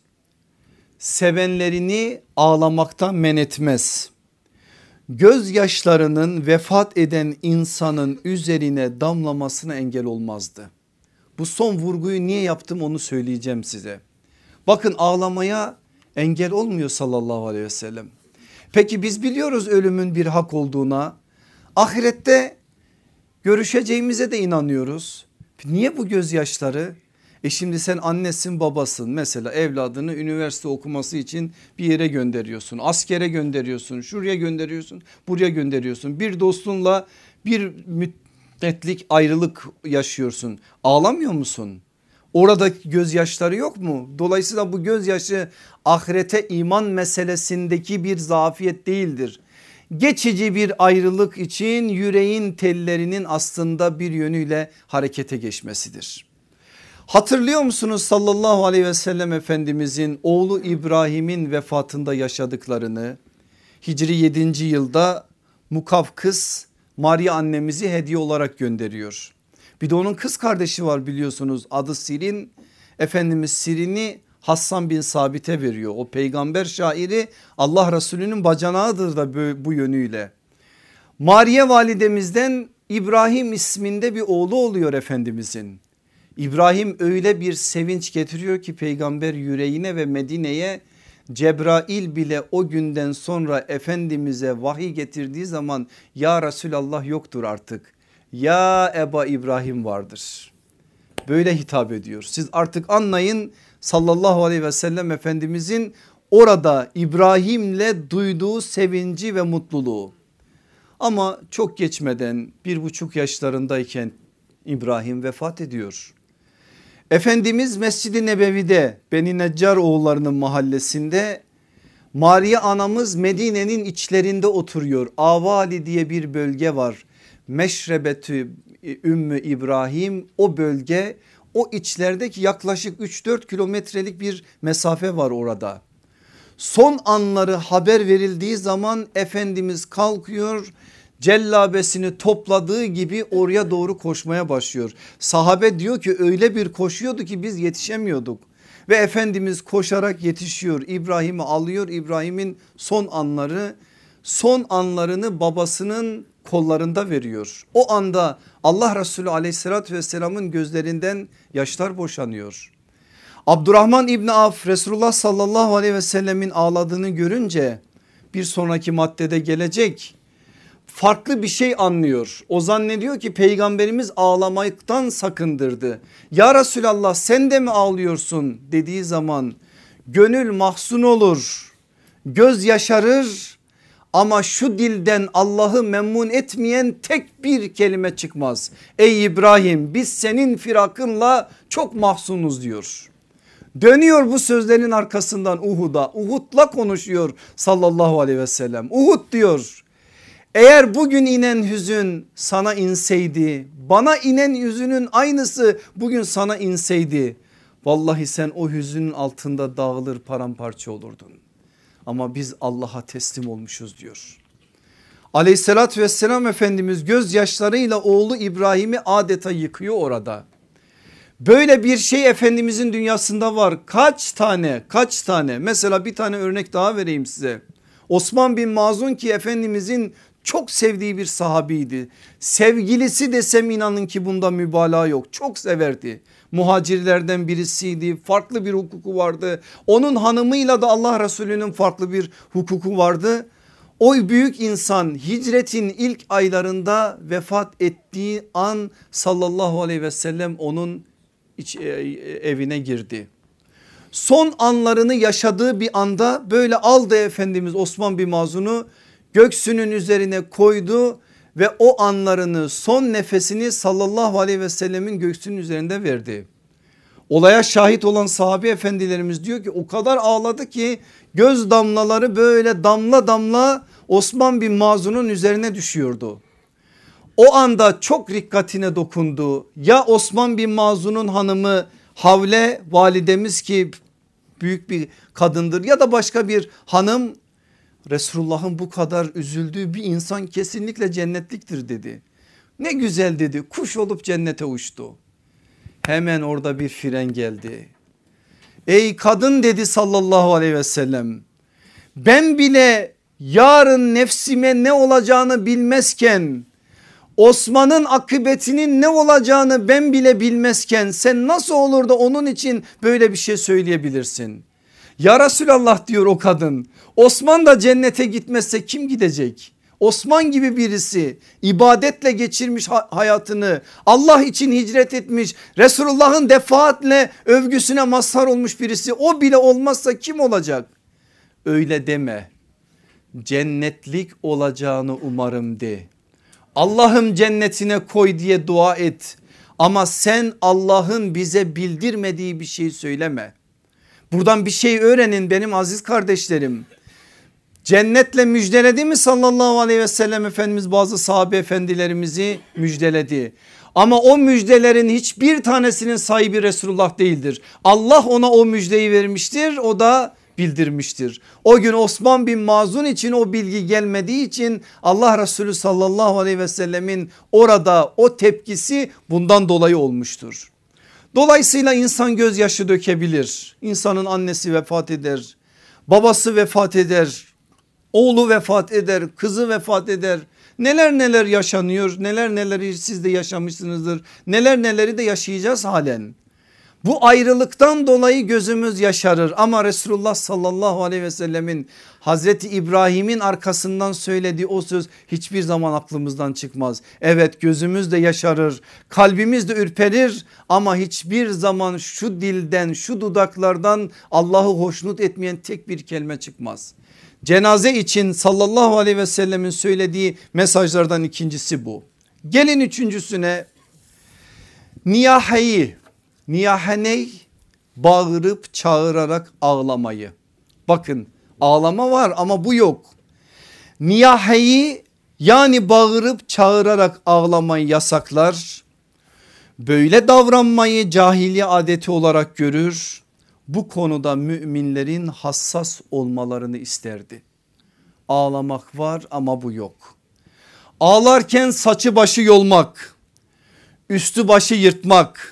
Sevenlerini ağlamaktan men etmez. Gözyaşlarının vefat eden insanın üzerine damlamasına engel olmazdı. Bu son vurguyu niye yaptım onu söyleyeceğim size. Bakın, ağlamaya engel olmuyor sallallahu aleyhi ve sellem. Peki biz biliyoruz ölümün bir hak olduğuna, ahirette görüşeceğimize de inanıyoruz. Niye bu gözyaşları? E şimdi sen annesin, babasın, mesela evladını üniversite okuması için bir yere gönderiyorsun, askere gönderiyorsun, şuraya gönderiyorsun, buraya gönderiyorsun. Bir dostunla bir müddetlik ayrılık yaşıyorsun, ağlamıyor musun? Orada gözyaşları yok mu? Dolayısıyla bu gözyaşı ahirete iman meselesindeki bir zafiyet değildir. Geçici bir ayrılık için yüreğin tellerinin aslında bir yönüyle harekete geçmesidir. Hatırlıyor musunuz sallallahu aleyhi ve sellem Efendimizin oğlu İbrahim'in vefatında yaşadıklarını? Hicri yedinci yılda Mukavkıs Maria annemizi hediye olarak gönderiyor. Bir de onun kız kardeşi var biliyorsunuz, adı Sirin. Efendimiz Sirin'i Hassan bin Sabit'e veriyor. O peygamber şairi Allah Resulü'nün bacanağıdır da bu yönüyle. Mariye validemizden İbrahim isminde bir oğlu oluyor Efendimizin. İbrahim öyle bir sevinç getiriyor ki peygamber yüreğine ve Medine'ye, Cebrail bile o günden sonra Efendimiz'e vahiy getirdiği zaman ya Resulallah yoktur artık, ya Eba İbrahim vardır. Böyle hitap ediyor. Siz artık anlayın sallallahu aleyhi ve sellem Efendimizin orada İbrahim'le duyduğu sevinci ve mutluluğu. Ama çok geçmeden bir buçuk yaşlarındayken İbrahim vefat ediyor. Efendimiz Mescid-i Nebevi'de Beni Neccar oğullarının mahallesinde, Mariye anamız Medine'nin içlerinde oturuyor. Avali diye bir bölge var. Meşrebetü Ümmü İbrahim, o bölge, o içlerdeki yaklaşık üç dört kilometrelik bir mesafe var orada. Son anları haber verildiği zaman Efendimiz kalkıyor, cellabesini topladığı gibi oraya doğru koşmaya başlıyor. Sahabe diyor ki öyle bir koşuyordu ki biz yetişemiyorduk ve Efendimiz koşarak yetişiyor. İbrahim'i alıyor, İbrahim'in son anları, son anlarını babasının kollarında veriyor. O anda Allah Resulü aleyhissalatü vesselamın gözlerinden yaşlar boşanıyor. Abdurrahman İbni Avf Resulullah sallallahu aleyhi ve sellemin ağladığını görünce, bir sonraki maddede gelecek, farklı bir şey anlıyor. O zannediyor ki peygamberimiz ağlamaktan sakındırdı. Ya Resulallah sen de mi ağlıyorsun dediği zaman gönül mahzun olur, göz yaşarır ama şu dilden Allah'ı memnun etmeyen tek bir kelime çıkmaz. Ey İbrahim, biz senin firakınla çok mahzunuz diyor. Dönüyor bu sözlerin arkasından Uhud'a, Uhud'la konuşuyor sallallahu aleyhi ve sellem. Uhud diyor, eğer bugün inen hüzün sana inseydi, bana inen hüzünün aynısı bugün sana inseydi, vallahi sen o hüzünün altında dağılır paramparça olurdun. Ama biz Allah'a teslim olmuşuz diyor. Aleyhissalatü vesselam Efendimiz gözyaşlarıyla oğlu İbrahim'i adeta yıkıyor orada. Böyle bir şey Efendimizin dünyasında var. Kaç tane kaç tane, mesela bir tane örnek daha vereyim size. Osman bin Mazun ki Efendimizin çok sevdiği bir sahabiydi. Sevgilisi desem inanın ki bunda mübalağa yok. Çok severdi. Muhacirlerden birisiydi. Farklı bir hukuku vardı. Onun hanımıyla da Allah Resulü'nün farklı bir hukuku vardı. O büyük insan hicretin ilk aylarında vefat ettiği an sallallahu aleyhi ve sellem onun iç, e, evine girdi. Son anlarını yaşadığı bir anda böyle aldı Efendimiz Osman bin Mazun'u, göğsünün üzerine koydu ve o anlarını, son nefesini sallallahu aleyhi ve sellemin göğsünün üzerinde verdi. Olaya şahit olan sahabe efendilerimiz diyor ki o kadar ağladı ki göz damlaları böyle damla damla Osman bin Mazun'un üzerine düşüyordu. O anda çok dikkatine dokundu. Ya Osman bin Mazun'un hanımı Havle validemiz ki büyük bir kadındır, ya da başka bir hanım, Resulullah'ın bu kadar üzüldüğü bir insan kesinlikle cennetliktir dedi. Ne güzel dedi, kuş olup cennete uçtu. Hemen orada bir fren geldi. Ey kadın dedi sallallahu aleyhi ve sellem, ben bile yarın nefsime ne olacağını bilmezken, Osman'ın akıbetinin ne olacağını ben bile bilmezken sen nasıl olur da onun için böyle bir şey söyleyebilirsin? Ya Resulallah diyor o kadın, Osman da cennete gitmezse kim gidecek? Osman gibi birisi ibadetle geçirmiş hayatını, Allah için hicret etmiş, Resulullah'ın defaatle övgüsüne mazhar olmuş birisi, o bile olmazsa kim olacak? Öyle deme, cennetlik olacağını umarım de. Allah'ım cennetine koy diye dua et ama sen Allah'ın bize bildirmediği bir şey söyleme. Buradan bir şey öğrenin benim aziz kardeşlerim. Cennetle müjdeledi mi sallallahu aleyhi ve sellem Efendimiz bazı sahabe efendilerimizi müjdeledi. Ama o müjdelerin hiçbir tanesinin sahibi Resulullah değildir. Allah ona o müjdeyi vermiştir, o da bildirmiştir. O gün Osman bin Mazun için o bilgi gelmediği için Allah Resulü sallallahu aleyhi ve sellemin orada o tepkisi bundan dolayı olmuştur. Dolayısıyla insan gözyaşı dökebilir. İnsanın annesi vefat eder, babası vefat eder, oğlu vefat eder, kızı vefat eder. Neler neler yaşanıyor, neler neleri siz de yaşamışsınızdır, neler neleri de yaşayacağız halen. Bu ayrılıktan dolayı gözümüz yaşarır ama Resulullah sallallahu aleyhi ve sellemin Hazreti İbrahim'in arkasından söylediği o söz hiçbir zaman aklımızdan çıkmaz. Evet, gözümüz de yaşarır, kalbimiz de ürperir ama hiçbir zaman şu dilden, şu dudaklardan Allah'ı hoşnut etmeyen tek bir kelime çıkmaz. Cenaze için sallallahu aleyhi ve sellemin söylediği mesajlardan ikincisi bu. Gelin üçüncüsüne, niyaheyi. Niyahe ney? Bağırıp çağırarak ağlamayı. Bakın, ağlama var ama bu yok. Niyaheyi, yani bağırıp çağırarak ağlamayı yasaklar. Böyle davranmayı cahiliye adeti olarak görür. Bu konuda müminlerin hassas olmalarını isterdi. Ağlamak var ama bu yok. Ağlarken saçı başı yolmak, üstü başı yırtmak,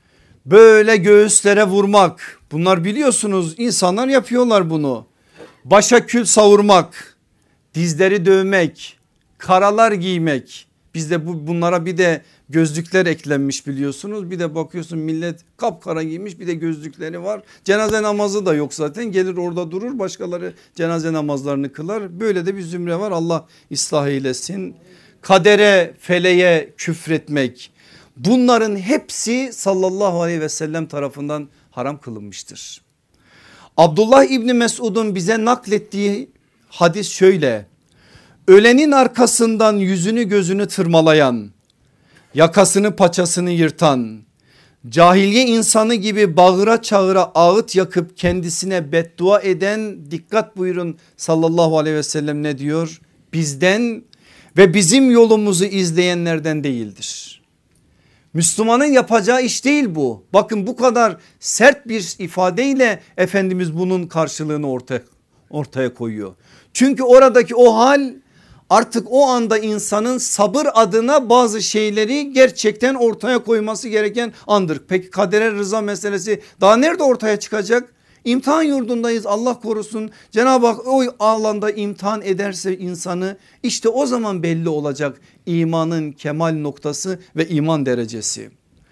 böyle göğüslere vurmak, bunlar biliyorsunuz insanlar yapıyorlar bunu. Başa kül savurmak, dizleri dövmek, karalar giymek. Bizde bu, bunlara bir de gözlükler eklenmiş biliyorsunuz. Bir de bakıyorsun millet kapkara giymiş, bir de gözlükleri var. Cenaze namazı da yok zaten, gelir orada durur, başkaları cenaze namazlarını kılar. Böyle de bir zümre var, Allah ıslah eylesin. Kadere, feleğe küfretmek, bunların hepsi sallallahu aleyhi ve sellem tarafından haram kılınmıştır. Abdullah İbni Mesud'un bize naklettiği hadis şöyle: ölenin arkasından yüzünü gözünü tırmalayan, yakasını paçasını yırtan, cahiliye insanı gibi bağıra çağıra ağıt yakıp kendisine beddua eden, dikkat buyurun sallallahu aleyhi ve sellem ne diyor? Bizden ve bizim yolumuzu izleyenlerden değildir. Müslümanın yapacağı iş değil bu. Bakın, bu kadar sert bir ifadeyle Efendimiz bunun karşılığını ortaya, ortaya koyuyor. Çünkü oradaki o hal artık o anda insanın sabır adına bazı şeyleri gerçekten ortaya koyması gereken andır. Peki kadere rıza meselesi daha nerede ortaya çıkacak? İmtihan yurdundayız, Allah korusun. Cenab-ı Hak o alanda imtihan ederse insanı, işte o zaman belli olacak imanın kemal noktası ve iman derecesi.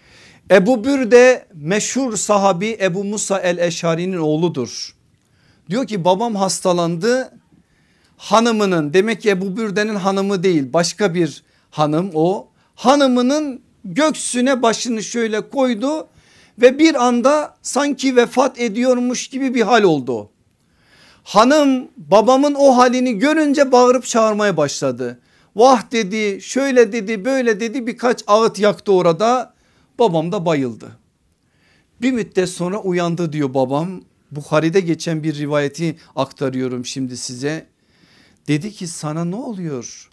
Ebu Bürde meşhur sahabi Ebu Musa el-Eşari'nin oğludur. Diyor ki babam hastalandı, hanımının, demek ki Ebu Bürde'nin hanımı değil başka bir hanım o, hanımının göğsüne başını şöyle koydu ve bir anda sanki vefat ediyormuş gibi bir hal oldu. Hanım babamın o halini görünce bağırıp çağırmaya başladı. Vah dedi, şöyle dedi, böyle dedi, birkaç ağıt yaktı orada. Babam da bayıldı. Bir müddet sonra uyandı diyor babam. Buhari'de geçen bir rivayeti aktarıyorum şimdi size. Dedi ki sana ne oluyor?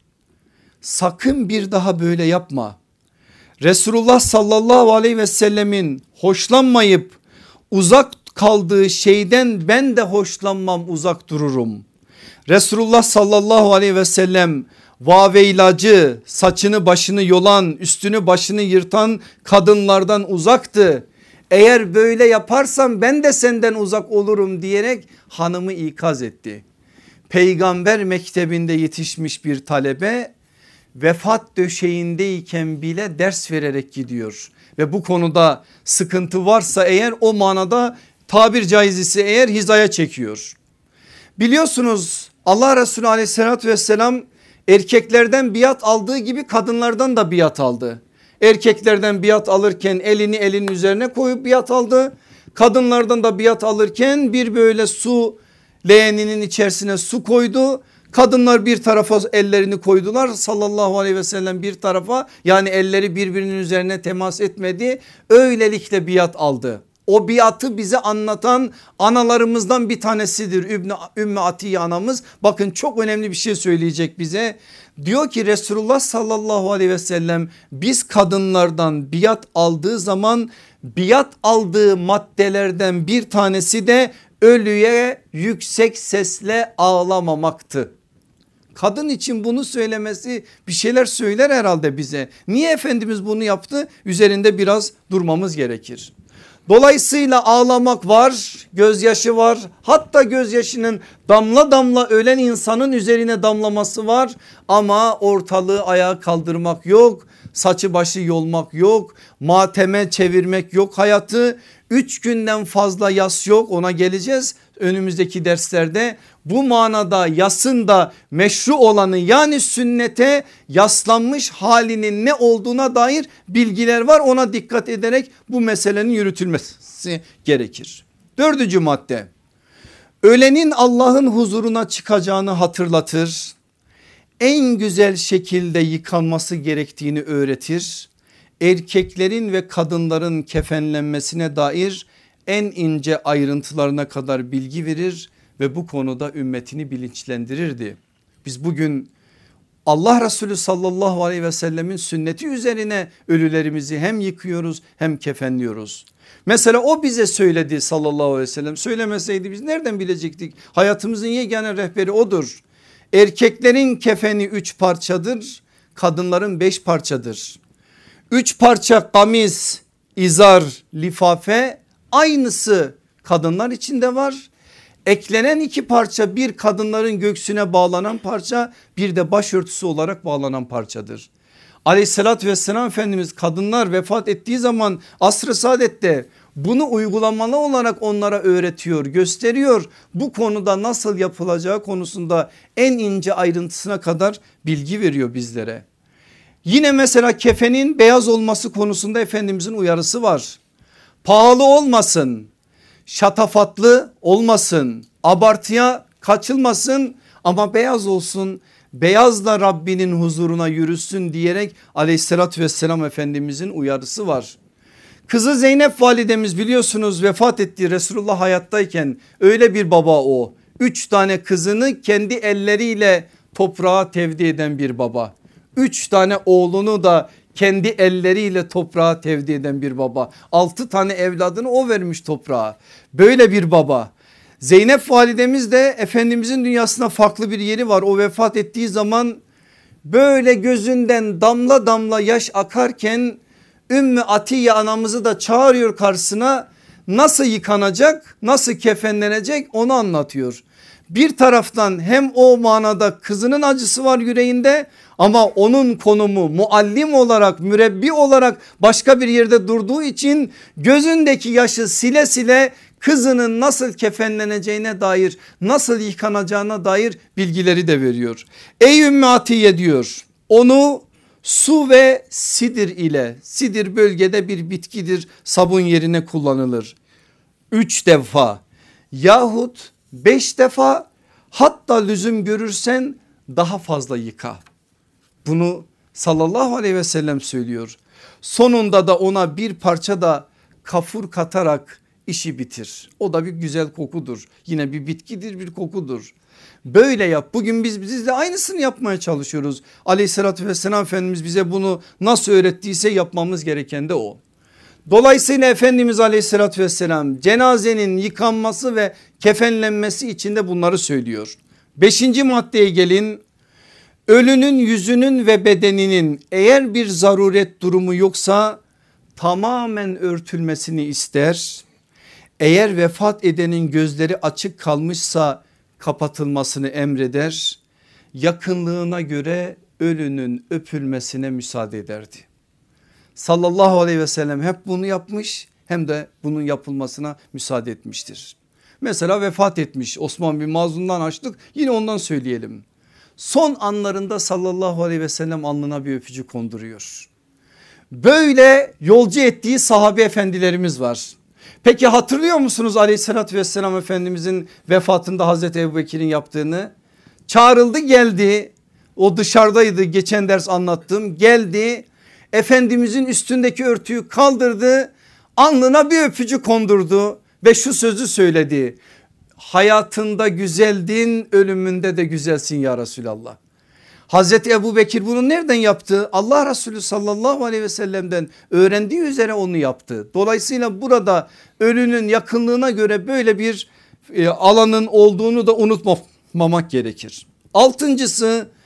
Sakın bir daha böyle yapma. Resulullah sallallahu aleyhi ve sellemin hoşlanmayıp uzak kaldığı şeyden ben de hoşlanmam, uzak dururum. Resulullah sallallahu aleyhi ve sellem vaveylacı, saçını başını yolan, üstünü başını yırtan kadınlardan uzaktı. Eğer böyle yaparsam ben de senden uzak olurum diyerek hanımı ikaz etti. Peygamber mektebinde yetişmiş bir talebe vefat döşeğindeyken bile ders vererek gidiyor. Ve bu konuda sıkıntı varsa eğer, o manada tabir caiz ise eğer, hizaya çekiyor. Biliyorsunuz Allah Resulü aleyhissalatü vesselam erkeklerden biat aldığı gibi kadınlardan da biat aldı. Erkeklerden biat alırken elini elinin üzerine koyup biat aldı. Kadınlardan da biat alırken bir böyle su leğeninin içerisine su koydu. Kadınlar bir tarafa ellerini koydular, sallallahu aleyhi ve sellem bir tarafa, yani elleri birbirinin üzerine temas etmedi. Öylelikle biat aldı. O biatı bize anlatan analarımızdan bir tanesidir Ümmü, Ümmü Atiye anamız. Bakın çok önemli bir şey söyleyecek bize. Diyor ki Resulullah sallallahu aleyhi ve sellem biz kadınlardan biat aldığı zaman biat aldığı maddelerden bir tanesi de ölüye yüksek sesle ağlamamaktı. Kadın için bunu söylemesi bir şeyler söyler herhalde bize. Niye Efendimiz bunu yaptı? Üzerinde biraz durmamız gerekir. Dolayısıyla ağlamak var, gözyaşı var. Hatta gözyaşının damla damla ölen insanın üzerine damlaması var. Ama ortalığı ayağa kaldırmak yok. Saçı başı yolmak yok. Mateme çevirmek yok hayatı. Üç günden fazla yas yok, ona geleceğiz önümüzdeki derslerde. Bu manada yasın da meşru olanı, yani sünnete yaslanmış halinin ne olduğuna dair bilgiler var. Ona dikkat ederek bu meselenin yürütülmesi gerekir. Dördüncü madde, ölenin Allah'ın huzuruna çıkacağını hatırlatır. En güzel şekilde yıkanması gerektiğini öğretir. Erkeklerin ve kadınların kefenlenmesine dair en ince ayrıntılarına kadar bilgi verir ve bu konuda ümmetini bilinçlendirirdi. Biz bugün Allah Resulü sallallahu aleyhi ve sellemin sünneti üzerine ölülerimizi hem yıkıyoruz hem kefenliyoruz. Mesela o bize söyledi sallallahu aleyhi ve sellem, söylemeseydi biz nereden bilecektik? Hayatımızın yegane rehberi odur. Erkeklerin kefeni üç parçadır, kadınların beş parçadır. Üç parça kamis, izar, lifafe, aynısı kadınlar içinde var. Eklenen iki parça, bir kadınların göğsüne bağlanan parça, bir de başörtüsü olarak bağlanan parçadır. Aleyhissalatü vesselam Efendimiz kadınlar vefat ettiği zaman asr-ı saadette bunu uygulamalı olarak onlara öğretiyor, gösteriyor. Bu konuda nasıl yapılacağı konusunda en ince ayrıntısına kadar bilgi veriyor bizlere. Yine mesela kefenin beyaz olması konusunda Efendimizin uyarısı var. Pahalı olmasın, şatafatlı olmasın, abartıya kaçılmasın ama beyaz olsun. Beyazla Rabbinin huzuruna yürüsün diyerek aleyhissalatü vesselam Efendimizin uyarısı var. Kızı Zeynep validemiz biliyorsunuz vefat etti, Resulullah hayattayken. Öyle bir baba o. Üç tane kızını kendi elleriyle toprağa tevdi eden bir baba. Üç tane oğlunu da kendi elleriyle toprağa tevdi eden bir baba. Altı tane evladını o vermiş toprağa. Böyle bir baba. Zeynep validemiz de Efendimizin dünyasında farklı bir yeri var. O vefat ettiği zaman böyle gözünden damla damla yaş akarken Ümmü Atiye anamızı da çağırıyor karşısına. Nasıl yıkanacak, nasıl kefenlenecek onu anlatıyor. Bir taraftan hem o manada kızının acısı var yüreğinde ama onun konumu muallim olarak, mürebbi olarak başka bir yerde durduğu için gözündeki yaşı sile sile kızının nasıl kefenleneceğine dair, nasıl yıkanacağına dair bilgileri de veriyor. Ey Ümmü Atiye diyor, onu su ve sidir ile, sidir bölgede bir bitkidir, sabun yerine kullanılır. Üç defa yahut beş defa, hatta lüzum görürsen daha fazla yıka. Bunu sallallahu aleyhi ve sellem söylüyor. Sonunda da ona bir parça da kafur katarak işi bitir. O da bir güzel kokudur. Yine bir bitkidir, bir kokudur. Böyle yap. Bugün biz bizle aynısını yapmaya çalışıyoruz. Aleyhissalatü vesselam Efendimiz bize bunu nasıl öğrettiyse yapmamız gereken de o. Dolayısıyla Efendimiz aleyhissalatü vesselam cenazenin yıkanması ve kefenlenmesi için de bunları söylüyor. Beşinci maddeye gelin. Ölünün yüzünün ve bedeninin eğer bir zaruret durumu yoksa tamamen örtülmesini ister. Eğer vefat edenin gözleri açık kalmışsa kapatılmasını emreder. Yakınlığına göre ölünün öpülmesine müsaade ederdi. Sallallahu aleyhi ve sellem hep bunu yapmış, hem de bunun yapılmasına müsaade etmiştir. Mesela vefat etmiş Osman bin Mazlum'dan açtık, yine ondan söyleyelim. Son anlarında sallallahu aleyhi ve sellem alnına bir öpücük konduruyor. Böyle yolcu ettiği sahabe efendilerimiz var. Peki hatırlıyor musunuz aleyhissalatü vesselam Efendimizin vefatında Hazreti Ebubekir'in yaptığını? Çağrıldı, geldi, o dışarıdaydı, geçen ders anlattım, geldi. Efendimizin üstündeki örtüyü kaldırdı, alnına bir öpücük kondurdu ve şu sözü söyledi. Hayatında güzeldin, ölümünde de güzelsin ya Resulallah. Hazreti Ebubekir bunu nereden yaptı? Allah Resulü sallallahu aleyhi ve sellem'den öğrendiği üzere onu yaptı. Dolayısıyla burada ölünün yakınlığına göre böyle bir e, alanın olduğunu da unutmamak gerekir. Altıncısı,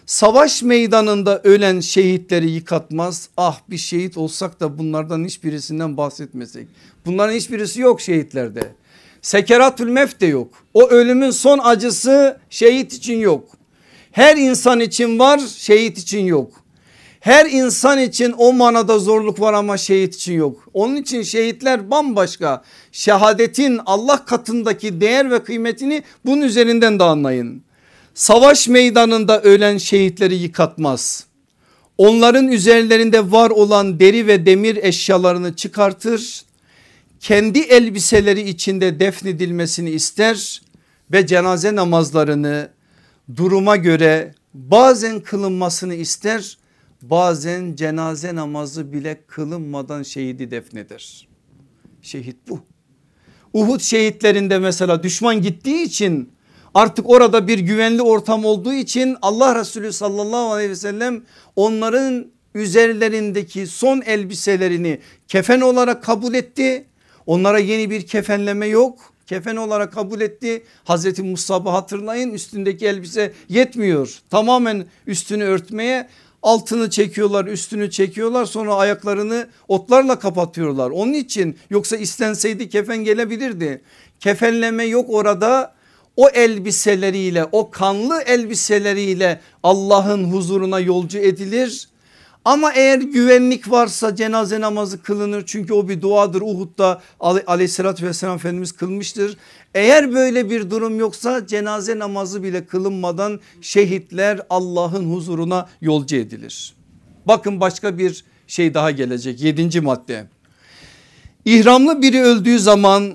Savaş meydanında ölen şehitleri yıkatmaz. Ah bir şehit olsak da bunlardan hiçbirisinden bahsetmesek. Bunların hiçbirisi yok şehitlerde. Sekeratül mevt de yok. O ölümün son acısı şehit için yok. Her insan için var, şehit için yok. Her insan için o manada zorluk var ama şehit için yok. Onun için şehitler bambaşka. Şehadetin Allah katındaki değer ve kıymetini bunun üzerinden de anlayın. Savaş meydanında ölen şehitleri yıkatmaz. Onların üzerlerinde var olan deri ve demir eşyalarını çıkartır. Kendi elbiseleri içinde defnedilmesini ister ve cenaze namazlarını duruma göre bazen kılınmasını ister. Bazen cenaze namazı bile kılınmadan şehidi defneder. Şehit bu. Uhud şehitlerinde mesela düşman gittiği için artık orada bir güvenli ortam olduğu için Allah Resulü sallallahu aleyhi ve sellem onların üzerlerindeki son elbiselerini kefen olarak kabul etti. Onlara yeni bir kefenleme yok. Kefen olarak kabul etti. Hazreti Musab'ı hatırlayın, üstündeki elbise yetmiyor. Tamamen üstünü örtmeye, altını çekiyorlar, üstünü çekiyorlar, sonra ayaklarını otlarla kapatıyorlar. Onun için, yoksa istenseydi kefen gelebilirdi. Kefenleme yok orada. O elbiseleriyle, o kanlı elbiseleriyle Allah'ın huzuruna yolcu edilir. Ama eğer güvenlik varsa cenaze namazı kılınır. Çünkü o bir duadır. Uhud'da aleyhissalatü vesselam Efendimiz kılmıştır. Eğer böyle bir durum yoksa cenaze namazı bile kılınmadan şehitler Allah'ın huzuruna yolcu edilir. Bakın başka bir şey daha gelecek. Yedinci madde. İhramlı biri öldüğü zaman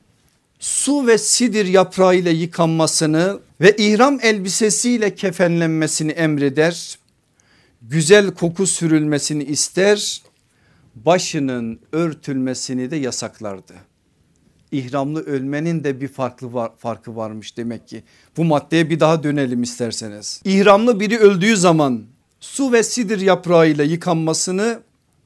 su ve sidir yaprağı ile yıkanmasını ve ihram elbisesiyle kefenlenmesini emreder. Güzel koku sürülmesini ister, başının örtülmesini de yasaklardı. İhramlı ölmenin de bir farklı var, farkı varmış demek ki. Bu maddeye bir daha dönelim isterseniz. İhramlı biri öldüğü zaman su ve sidir yaprağıyla yıkanmasını,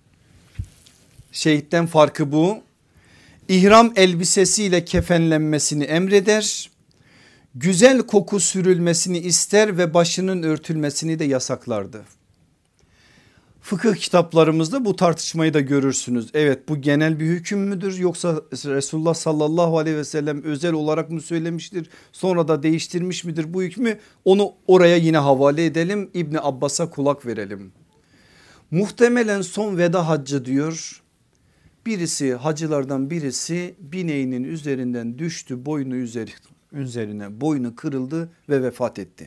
şehitten farkı bu. İhram elbisesiyle kefenlenmesini emreder. Güzel koku sürülmesini ister ve başının örtülmesini de yasaklardı. Fıkıh kitaplarımızda bu tartışmayı da görürsünüz. Evet, bu genel bir hüküm müdür, yoksa Resulullah sallallahu aleyhi ve sellem özel olarak mı söylemiştir, sonra da değiştirmiş midir bu hükmü? Onu oraya yine havale edelim, İbni Abbas'a kulak verelim. Muhtemelen son veda haccı diyor. Birisi, hacılardan birisi bineğinin üzerinden düştü, boynu üzeri, üzerine boynu kırıldı ve vefat etti.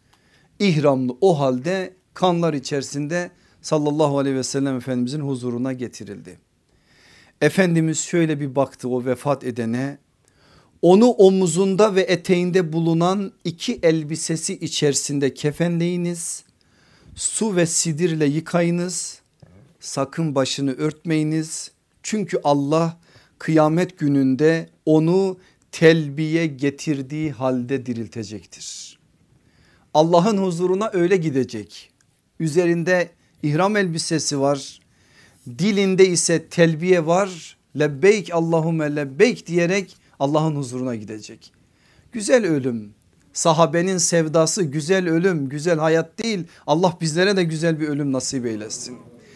İhramlı o halde kanlar içerisinde sallallahu aleyhi ve sellem Efendimizin huzuruna getirildi. Efendimiz şöyle bir baktı o vefat edene, onu omuzunda ve eteğinde bulunan iki elbisesi içerisinde kefenleyiniz, su ve sidirle yıkayınız, sakın başını örtmeyiniz. Çünkü Allah kıyamet gününde onu telbiye getirdiği halde diriltecektir. Allah'ın huzuruna öyle gidecek. Üzerinde ihram elbisesi var. Dilinde ise telbiye var. Lebbeyk Allahümme lebbeyk diyerek Allah'ın huzuruna gidecek. Güzel ölüm. Sahabenin sevdası güzel ölüm, güzel hayat değil. Allah bizlere de güzel bir ölüm nasip eylesin.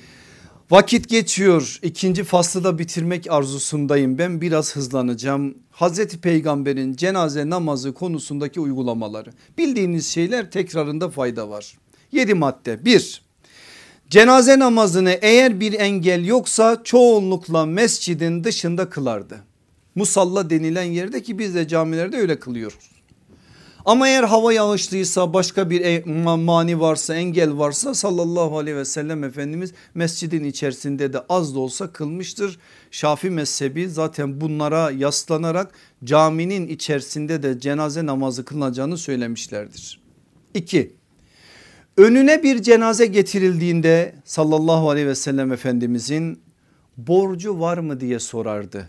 Vakit geçiyor. İkinci faslı da bitirmek arzusundayım. Ben biraz hızlanacağım. Hazreti Peygamber'in cenaze namazı konusundaki uygulamaları. Bildiğiniz şeyler, tekrarında fayda var. Yedi madde. Bir, cenaze namazını eğer bir engel yoksa çoğunlukla mescidin dışında kılardı. Musalla denilen yerde, ki biz de camilerde öyle kılıyoruz. Ama eğer hava yağışlıysa, başka bir mani varsa, engel varsa sallallahu aleyhi ve sellem Efendimiz mescidin içerisinde de az da olsa kılmıştır. Şafii mezhebi zaten bunlara yaslanarak caminin içerisinde de cenaze namazı kılınacağını söylemişlerdir. İki, önüne bir cenaze getirildiğinde sallallahu aleyhi ve sellem Efendimizin borcu var mı diye sorardı.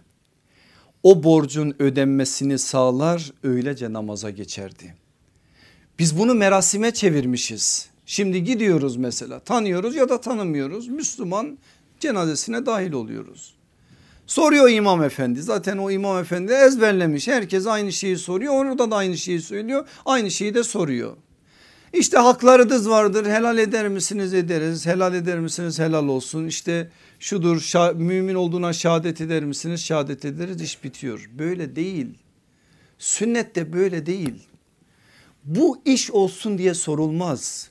O borcun ödenmesini sağlar, öylece namaza geçerdi. Biz bunu merasime çevirmişiz. Şimdi gidiyoruz mesela, tanıyoruz ya da tanımıyoruz, Müslüman cenazesine dahil oluyoruz. Soruyor imam efendi, zaten o imam efendi ezberlemiş, herkes aynı şeyi soruyor, orada da aynı şeyi söylüyor, aynı şeyi de soruyor. İşte haklarınız vardır, helal eder misiniz, ederiz, helal eder misiniz, helal olsun. İşte şudur, şa- mümin olduğuna şehadet eder misiniz, şehadet ederiz, iş bitiyor. Böyle değil, sünnette böyle değil. Bu iş olsun diye sorulmaz.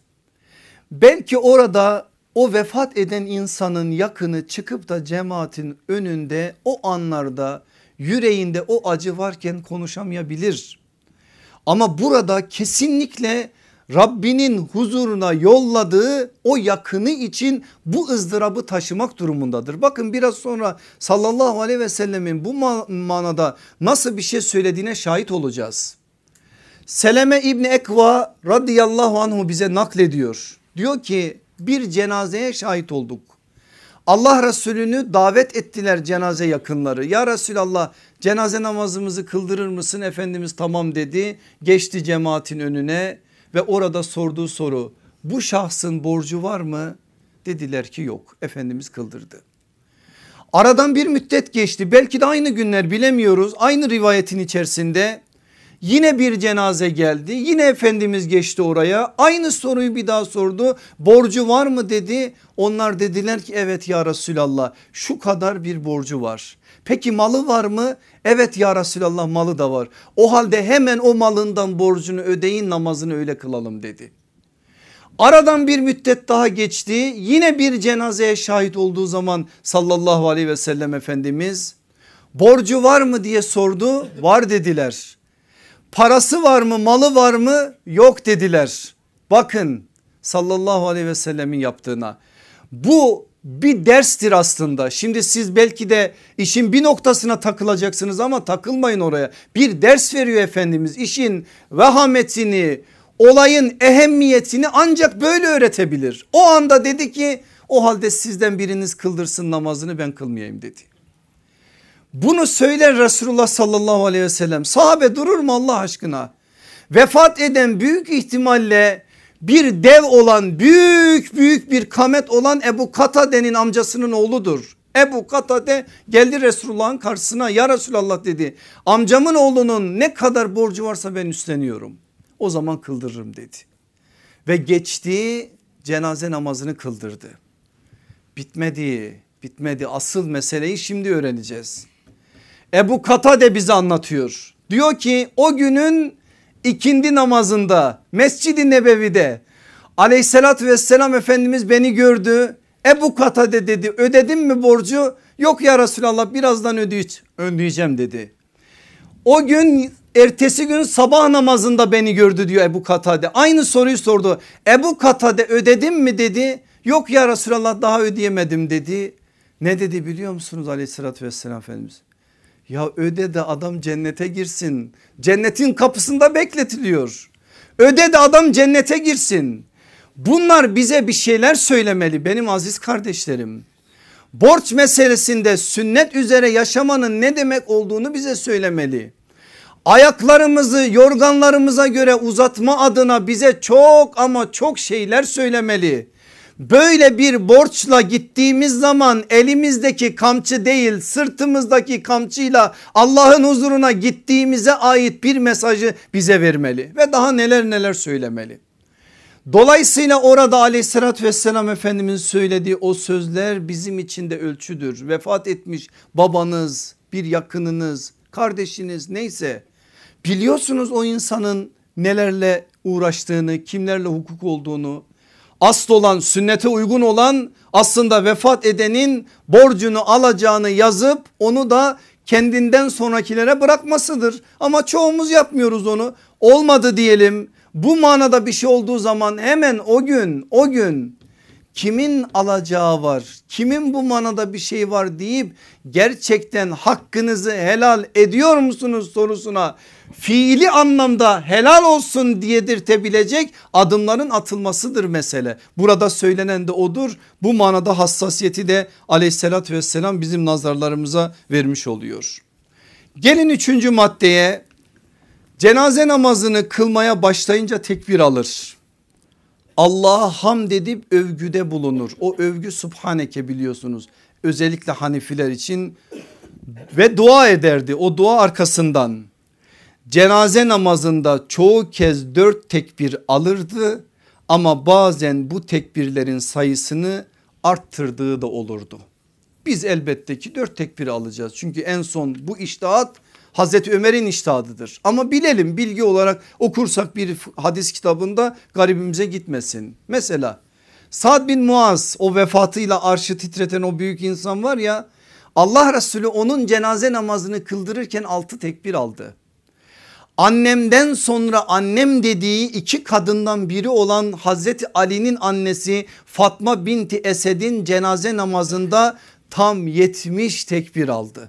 Belki orada o vefat eden insanın yakını çıkıp da cemaatin önünde o anlarda yüreğinde o acı varken konuşamayabilir. Ama burada kesinlikle Rabbinin huzuruna yolladığı o yakını için bu ızdırabı taşımak durumundadır. Bakın biraz sonra sallallahu aleyhi ve sellemin bu manada nasıl bir şey söylediğine şahit olacağız. Seleme İbni Ekva radıyallahu anhu bize naklediyor. Diyor ki bir cenazeye şahit olduk. Allah Resulü'nü davet ettiler cenaze yakınları. Ya Resulallah cenaze namazımızı kıldırır mısın? Efendimiz tamam dedi. Geçti cemaatin önüne ve orada sorduğu soru, bu şahsın borcu var mı? Dediler ki yok. Efendimiz kıldırdı. Aradan bir müddet geçti, belki de aynı günler, bilemiyoruz. Aynı rivayetin içerisinde yine bir cenaze geldi. Yine Efendimiz geçti oraya. Aynı soruyu bir daha sordu. Borcu var mı dedi. Onlar dediler ki evet ya Resulallah şu kadar bir borcu var. Peki malı var mı? Evet ya Resulallah malı da var. O halde hemen o malından borcunu ödeyin, namazını öyle kılalım dedi. Aradan bir müddet daha geçti. Yine bir cenazeye şahit olduğu zaman sallallahu aleyhi ve sellem Efendimiz borcu var mı diye sordu. Var dediler. Parası var mı, malı var mı? Yok dediler. Bakın sallallahu aleyhi ve sellemin yaptığına. Bu bir derstir aslında. Şimdi siz belki de işin bir noktasına takılacaksınız ama takılmayın oraya. Bir ders veriyor Efendimiz. İşin vehametini, olayın ehemmiyetini ancak böyle öğretebilir. O anda dedi ki o halde sizden biriniz kıldırsın namazını, ben kılmayayım dedi. Bunu söyler Resulullah sallallahu aleyhi ve sellem. Sahabe durur mu Allah aşkına? Vefat eden büyük ihtimalle bir dev olan, büyük büyük bir kamet olan Ebu Katade'nin amcasının oğludur. Ebu Katade geldi Resulullah'ın karşısına, ya Resulallah dedi, amcamın oğlunun ne kadar borcu varsa ben üstleniyorum. O zaman kıldırırım dedi. Ve geçti, cenaze namazını kıldırdı. Bitmedi, bitmedi. Asıl meseleyi şimdi öğreneceğiz. Ebu Katade bize anlatıyor. Diyor ki o günün ikindi namazında Mescid-i Nebevi'de aleyhissalatü vesselam Efendimiz beni gördü. Ebu Katade dedi, ödedim mi borcu? Yok ya Resulallah birazdan ödeyeceğim dedi. O gün ertesi gün sabah namazında beni gördü diyor Ebu Katade. Aynı soruyu sordu. Ebu Katade ödedim mi dedi. Yok ya Resulallah daha ödeyemedim dedi. Ne dedi biliyor musunuz aleyhissalatü vesselam Efendimiz? Ya öde de adam cennete girsin. Cennetin kapısında bekletiliyor. Öde de adam cennete girsin. Bunlar bize bir şeyler söylemeli benim aziz kardeşlerim. Borç meselesinde sünnet üzere yaşamanın ne demek olduğunu bize söylemeli. Ayaklarımızı yorganlarımıza göre uzatma adına bize çok ama çok şeyler söylemeli. Böyle bir borçla gittiğimiz zaman elimizdeki kamçı değil, sırtımızdaki kamçıyla Allah'ın huzuruna gittiğimize ait bir mesajı bize vermeli ve daha neler neler söylemeli. Dolayısıyla orada aleyhissalatü vesselam Efendimiz söylediği o sözler bizim için de ölçüdür. Vefat etmiş babanız, bir yakınınız, kardeşiniz neyse, biliyorsunuz o insanın nelerle uğraştığını, kimlerle hukuk olduğunu. Asıl olan, sünnete uygun olan aslında vefat edenin borcunu alacağını yazıp onu da kendinden sonrakilere bırakmasıdır. Ama çoğumuz yapmıyoruz onu. Olmadı diyelim. Bu manada bir şey olduğu zaman hemen o gün o gün kimin alacağı var, kimin bu manada bir şey var deyip gerçekten hakkınızı helal ediyor musunuz sorusuna fiili anlamda helal olsun diyedirtebilecek adımların atılmasıdır mesele. Burada söylenen de odur. Bu manada hassasiyeti de aleyhissalatü vesselam bizim nazarlarımıza vermiş oluyor. Gelin üçüncü maddeye. Cenaze namazını kılmaya başlayınca tekbir alır. Allah'a hamd edip övgüde bulunur. O övgü Subhaneke biliyorsunuz. Özellikle Hanefiler için ve dua ederdi. O dua arkasından cenaze namazında çoğu kez dört tekbir alırdı Ama bazen bu tekbirlerin sayısını arttırdığı da olurdu. Biz elbette ki dört tekbir alacağız. Çünkü en son bu içtihat Hazreti Ömer'in içtihadıdır. Ama bilelim, bilgi olarak okursak bir hadis kitabında garibimize gitmesin. Mesela Sa'd bin Muaz, o vefatıyla arşı titreten o büyük insan var ya, Allah Resulü onun cenaze namazını kıldırırken altı tekbir aldı. Annemden sonra annem dediği iki kadından biri olan Hazreti Ali'nin annesi Fatma binti Esed'in cenaze namazında tam yetmiş tekbir aldı.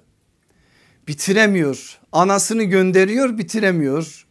Bitiremiyor, anasını gönderiyor, bitiremiyor.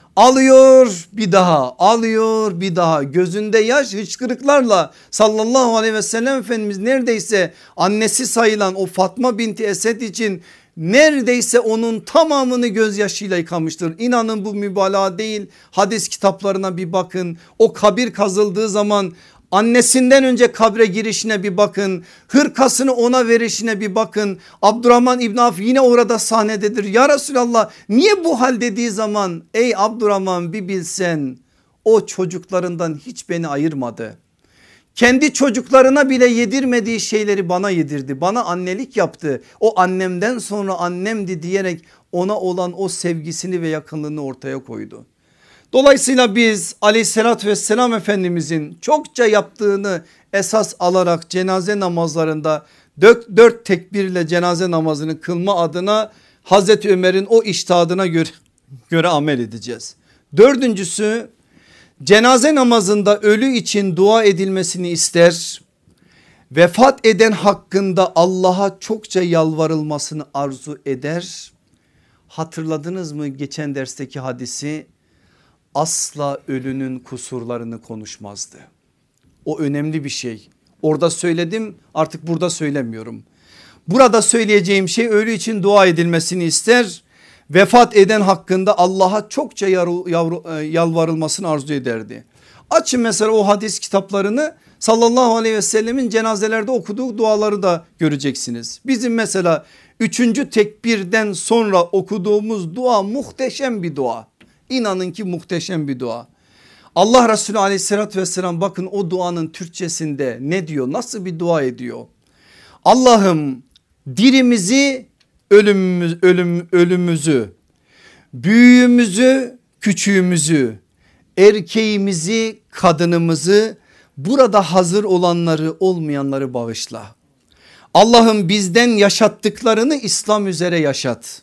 Alıyor bir daha, alıyor bir daha, gözünde yaş, hıçkırıklarla sallallahu aleyhi ve sellem Efendimiz neredeyse annesi sayılan o Fatma binti Esed için neredeyse onun tamamını gözyaşıyla yıkamıştır. İnanın bu mübalağa değil, hadis kitaplarına bir bakın. O kabir kazıldığı zaman annesinden önce kabre girişine bir bakın. Hırkasını ona verişine bir bakın. Abdurrahman İbn Avf yine orada sahnededir. Ya Resulallah niye bu hal dediği zaman, ey Abdurrahman bir bilsen, o çocuklarından hiç beni ayırmadı. Kendi çocuklarına bile yedirmediği şeyleri bana yedirdi. Bana annelik yaptı. O annemden sonra annemdi diyerek ona olan o sevgisini ve yakınlığını ortaya koydu. Dolayısıyla biz aleyhissalatü vesselam Efendimizin çokça yaptığını esas alarak cenaze namazlarında dört, dört tekbirle cenaze namazını kılma adına Hazreti Ömer'in o içtihadına göre, göre amel edeceğiz. Dördüncüsü, cenaze namazında ölü için dua edilmesini ister. Vefat eden hakkında Allah'a çokça yalvarılmasını arzu eder. Hatırladınız mı geçen dersteki hadisi? Asla ölünün kusurlarını konuşmazdı. O önemli bir şey. Orada söyledim, artık burada söylemiyorum. Burada söyleyeceğim şey, ölü için dua edilmesini ister. Vefat eden hakkında Allah'a çokça yalvarılmasını arzu ederdi. Açın mesela o hadis kitaplarını, sallallahu aleyhi ve sellemin cenazelerde okuduğu duaları da göreceksiniz. Bizim mesela üçüncü tekbirden sonra okuduğumuz dua muhteşem bir dua. İnanın ki muhteşem bir dua. Allah Resulü aleyhissalatü vesselam bakın o duanın Türkçesinde ne diyor, nasıl bir dua ediyor. Allah'ım dirimizi, ölümümüz, ölüm, ölümümüzü, büyüğümüzü, küçüğümüzü, erkeğimizi, kadınımızı, burada hazır olanları, olmayanları bağışla. Allah'ım bizden yaşattıklarını İslam üzere yaşat.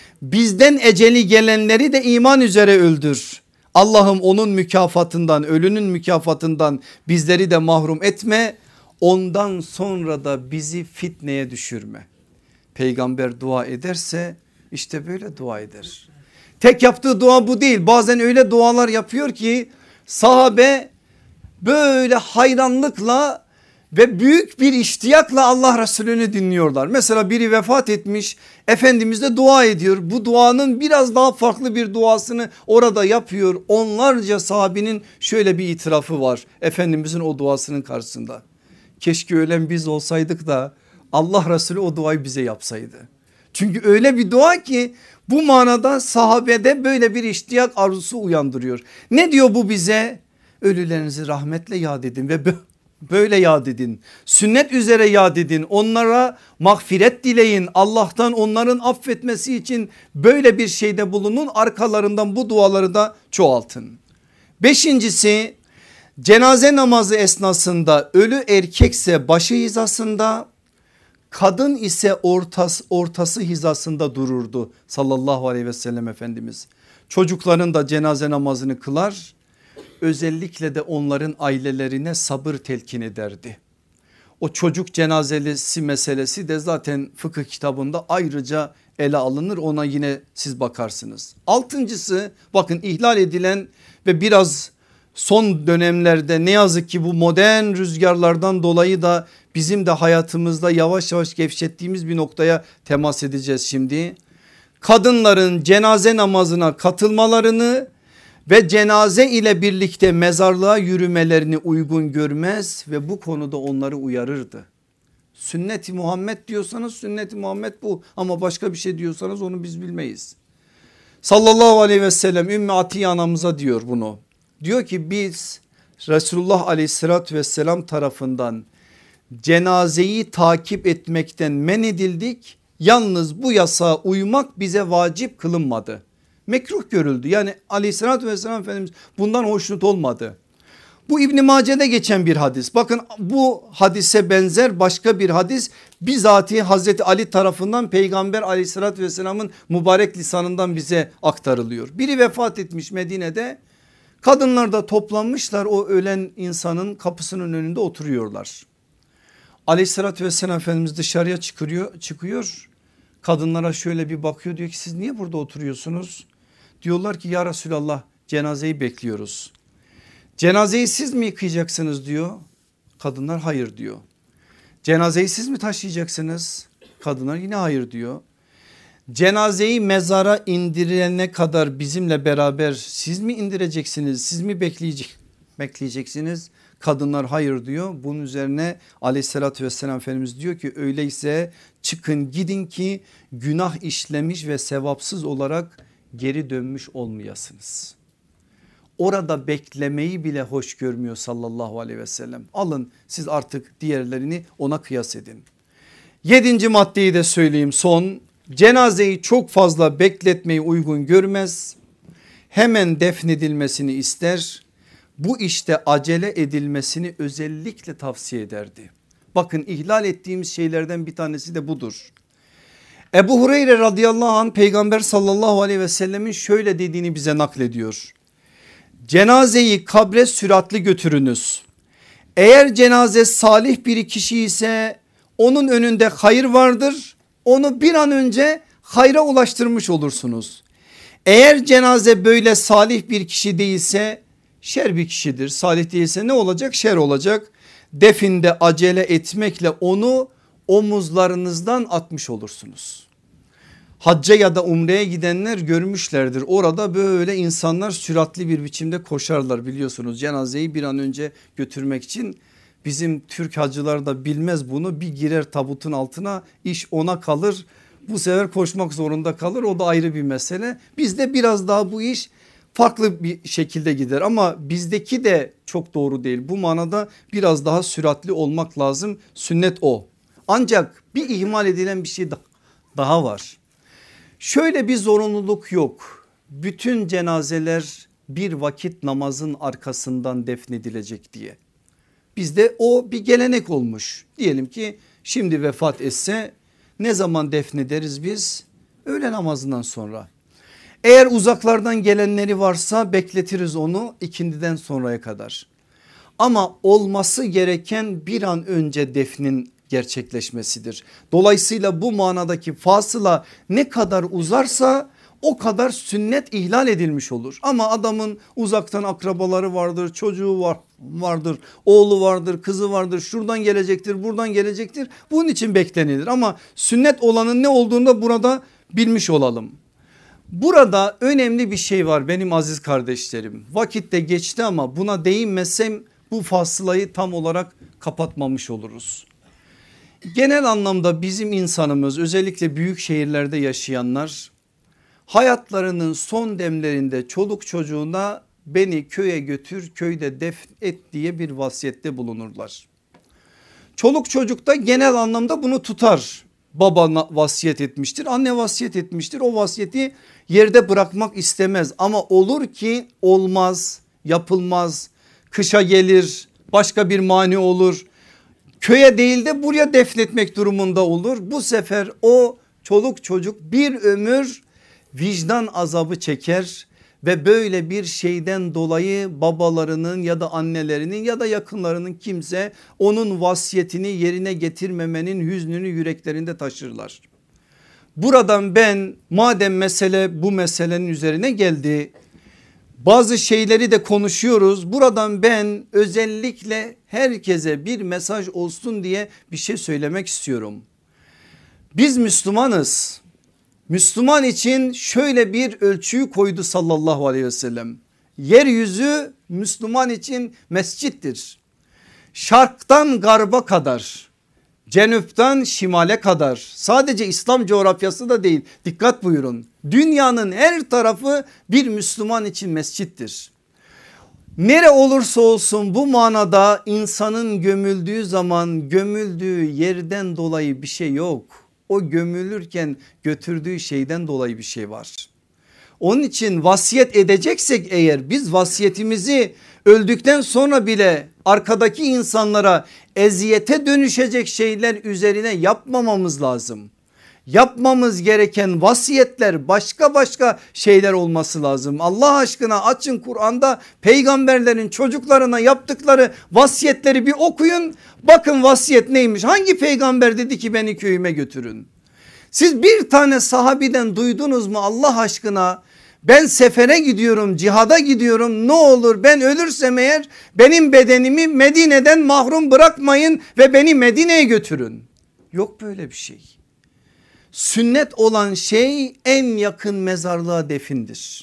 Bizden eceli gelenleri de iman üzere öldür. Allah'ım onun mükafatından, ölünün mükafatından bizleri de mahrum etme. Ondan sonra da bizi fitneye düşürme. Peygamber dua ederse işte böyle dua eder. Tek yaptığı dua bu değil. Bazen öyle dualar yapıyor ki sahabe böyle hayranlıkla ve büyük bir iştiyakla Allah Resulü'nü dinliyorlar. Mesela biri vefat etmiş, Efendimiz de dua ediyor. Bu duanın biraz daha farklı bir duasını orada yapıyor. Onlarca sahabenin şöyle bir itirafı var Efendimizin o duasının karşısında. Keşke ölen biz olsaydık da Allah Resulü o duayı bize yapsaydı. Çünkü öyle bir dua ki bu manada sahabede böyle bir iştiyak arzusu uyandırıyor. Ne diyor bu bize? Ölülerinizi rahmetle yad edin ve böyle yad edin. Sünnet üzere yad edin. Onlara mağfiret dileyin. Allah'tan onların affetmesi için böyle bir şeyde bulunun. Arkalarından bu duaları da çoğaltın. Beşincisi, cenaze namazı esnasında ölü erkekse başı hizasında, kadın ise ortası, ortası hizasında dururdu sallallahu aleyhi ve sellem Efendimiz. Çocukların da cenaze namazını kılar. Özellikle de onların ailelerine sabır telkin ederdi. O çocuk cenazelisi meselesi de zaten fıkıh kitabında ayrıca ele alınır, ona yine siz bakarsınız. Altıncısı, bakın ihlal edilen ve biraz son dönemlerde ne yazık ki bu modern rüzgarlardan dolayı da bizim de hayatımızda yavaş yavaş gevşettiğimiz bir noktaya temas edeceğiz şimdi. Kadınların cenaze namazına katılmalarını ve cenaze ile birlikte mezarlığa yürümelerini uygun görmez ve bu konuda onları uyarırdı. Sünnet-i Muhammed diyorsanız sünnet-i Muhammed bu, ama başka bir şey diyorsanız onu biz bilmeyiz. Sallallahu aleyhi ve sellem Ümmü Atiye anamıza diyor bunu. Diyor ki biz Resulullah aleyhissalatü vesselam tarafından cenazeyi takip etmekten men edildik. Yalnız bu yasağa uymak bize vacip kılınmadı. Mekruh görüldü. Yani aleyhissalatü vesselam Efendimiz bundan hoşnut olmadı. Bu İbn Mace'de geçen bir hadis. Bakın bu hadise benzer başka bir hadis bizatihi Hazreti Ali tarafından Peygamber aleyhissalatü vesselamın mübarek lisanından bize aktarılıyor. Biri vefat etmiş Medine'de, kadınlar da toplanmışlar, o ölen insanın kapısının önünde oturuyorlar. Aleyhissalatü vesselam Efendimiz dışarıya çıkıyor, çıkıyor. Kadınlara şöyle bir bakıyor, diyor ki siz niye burada oturuyorsunuz? Diyorlar ki ya Resulallah cenazeyi bekliyoruz. Cenazeyi siz mi yıkayacaksınız diyor. Kadınlar hayır diyor. Cenazeyi siz mi taşıyacaksınız? Kadınlar yine hayır diyor. Cenazeyi mezara indirilene kadar bizimle beraber siz mi indireceksiniz? Siz mi bekleyecek, bekleyeceksiniz? Kadınlar hayır diyor. Bunun üzerine aleyhissalatü vesselam Efendimiz diyor ki öyleyse çıkın gidin ki günah işlemiş ve sevapsız olarak geri dönmüş olmayasınız. Orada beklemeyi bile hoş görmüyor sallallahu aleyhi ve sellem. Alın siz artık diğerlerini ona kıyas edin. Yedinci maddeyi de söyleyeyim son. Cenazeyi çok fazla bekletmeyi uygun görmez. Hemen defnedilmesini ister. Bu işte acele edilmesini özellikle tavsiye ederdi. Bakın ihlal ettiğimiz şeylerden bir tanesi de budur. Ebu Hureyre radıyallahu anh Peygamber sallallahu aleyhi ve sellemin şöyle dediğini bize naklediyor. Cenazeyi kabre süratli götürünüz. Eğer cenaze salih bir kişi ise onun önünde hayır vardır. Onu bir an önce hayra ulaştırmış olursunuz. Eğer cenaze böyle salih bir kişi değilse şer bir kişidir. Salih değilse ne olacak? Şer olacak. Definde acele etmekle onu omuzlarınızdan atmış olursunuz. Hacca ya da umreye gidenler görmüşlerdir. Orada böyle insanlar süratli bir biçimde koşarlar, biliyorsunuz cenazeyi bir an önce götürmek için. Bizim Türk hacılar da bilmez bunu, bir girer tabutun altına, iş ona kalır. Bu sefer koşmak zorunda kalır, o da ayrı bir mesele. Bizde biraz daha bu iş farklı bir şekilde gider ama bizdeki de çok doğru değil. Bu manada biraz daha süratli olmak lazım, sünnet o. Ancak bir ihmal edilen bir şey daha var. Şöyle bir zorunluluk yok. Bütün cenazeler bir vakit namazın arkasından defnedilecek diye. Bizde o bir gelenek olmuş. Diyelim ki şimdi vefat etse ne zaman defnederiz biz? Öğle namazından sonra. Eğer uzaklardan gelenleri varsa bekletiriz onu ikindiden sonraya kadar. Ama olması gereken bir an önce defnin gerçekleşmesidir. Dolayısıyla bu manadaki fasıla ne kadar uzarsa o kadar sünnet ihlal edilmiş olur. Ama adamın uzaktan akrabaları vardır, çocuğu var, vardır, oğlu vardır, kızı vardır, şuradan gelecektir, buradan gelecektir. Bunun için beklenilir ama sünnet olanın ne olduğunu da burada bilmiş olalım. Burada önemli bir şey var benim aziz kardeşlerim. Vakit de geçti ama buna değinmesem bu fasılayı tam olarak kapatmamış oluruz. Genel anlamda bizim insanımız, özellikle büyük şehirlerde yaşayanlar, hayatlarının son demlerinde çoluk çocuğuna beni köye götür, köyde defn et diye bir vasiyette bulunurlar. Çoluk çocuk da genel anlamda bunu tutar. Baba vasiyet etmiştir, anne vasiyet etmiştir, o vasiyeti yerde bırakmak istemez ama olur ki olmaz, yapılmaz, kışa gelir, başka bir mani olur. Köye değil de buraya defnetmek durumunda olur. Bu sefer o çoluk çocuk bir ömür vicdan azabı çeker ve böyle bir şeyden dolayı babalarının ya da annelerinin ya da yakınlarının kimse onun vasiyetini yerine getirmemenin hüznünü yüreklerinde taşırlar. Buradan ben madem mesele bu meselenin üzerine geldi, bazı şeyleri de konuşuyoruz. Buradan ben özellikle herkese bir mesaj olsun diye bir şey söylemek istiyorum. Biz Müslümanız. Müslüman için şöyle bir ölçüyü koydu sallallahu aleyhi ve sellem. Yeryüzü Müslüman için mescittir. Şarktan garba kadar, cenüpten şimale kadar, sadece İslam coğrafyası da değil, dikkat buyurun. Dünyanın her tarafı bir Müslüman için mescittir. Nere olursa olsun bu manada insanın gömüldüğü zaman gömüldüğü yerden dolayı bir şey yok. O gömülürken götürdüğü şeyden dolayı bir şey var. Onun için vasiyet edeceksek eğer biz vasiyetimizi öldükten sonra bile arkadaki insanlara eziyete dönüşecek şeyler üzerine yapmamamız lazım. Yapmamız gereken vasiyetler başka başka şeyler olması lazım. Allah aşkına açın Kur'an'da peygamberlerin çocuklarına yaptıkları vasiyetleri bir okuyun. Bakın vasiyet neymiş? Hangi peygamber dedi ki beni köyüme götürün? Siz bir tane sahabiden duydunuz mu Allah aşkına? Ben sefere gidiyorum, cihada gidiyorum, ne olur ben ölürsem eğer benim bedenimi Medine'den mahrum bırakmayın ve beni Medine'ye götürün. Yok böyle bir şey. Sünnet olan şey en yakın mezarlığa defindir.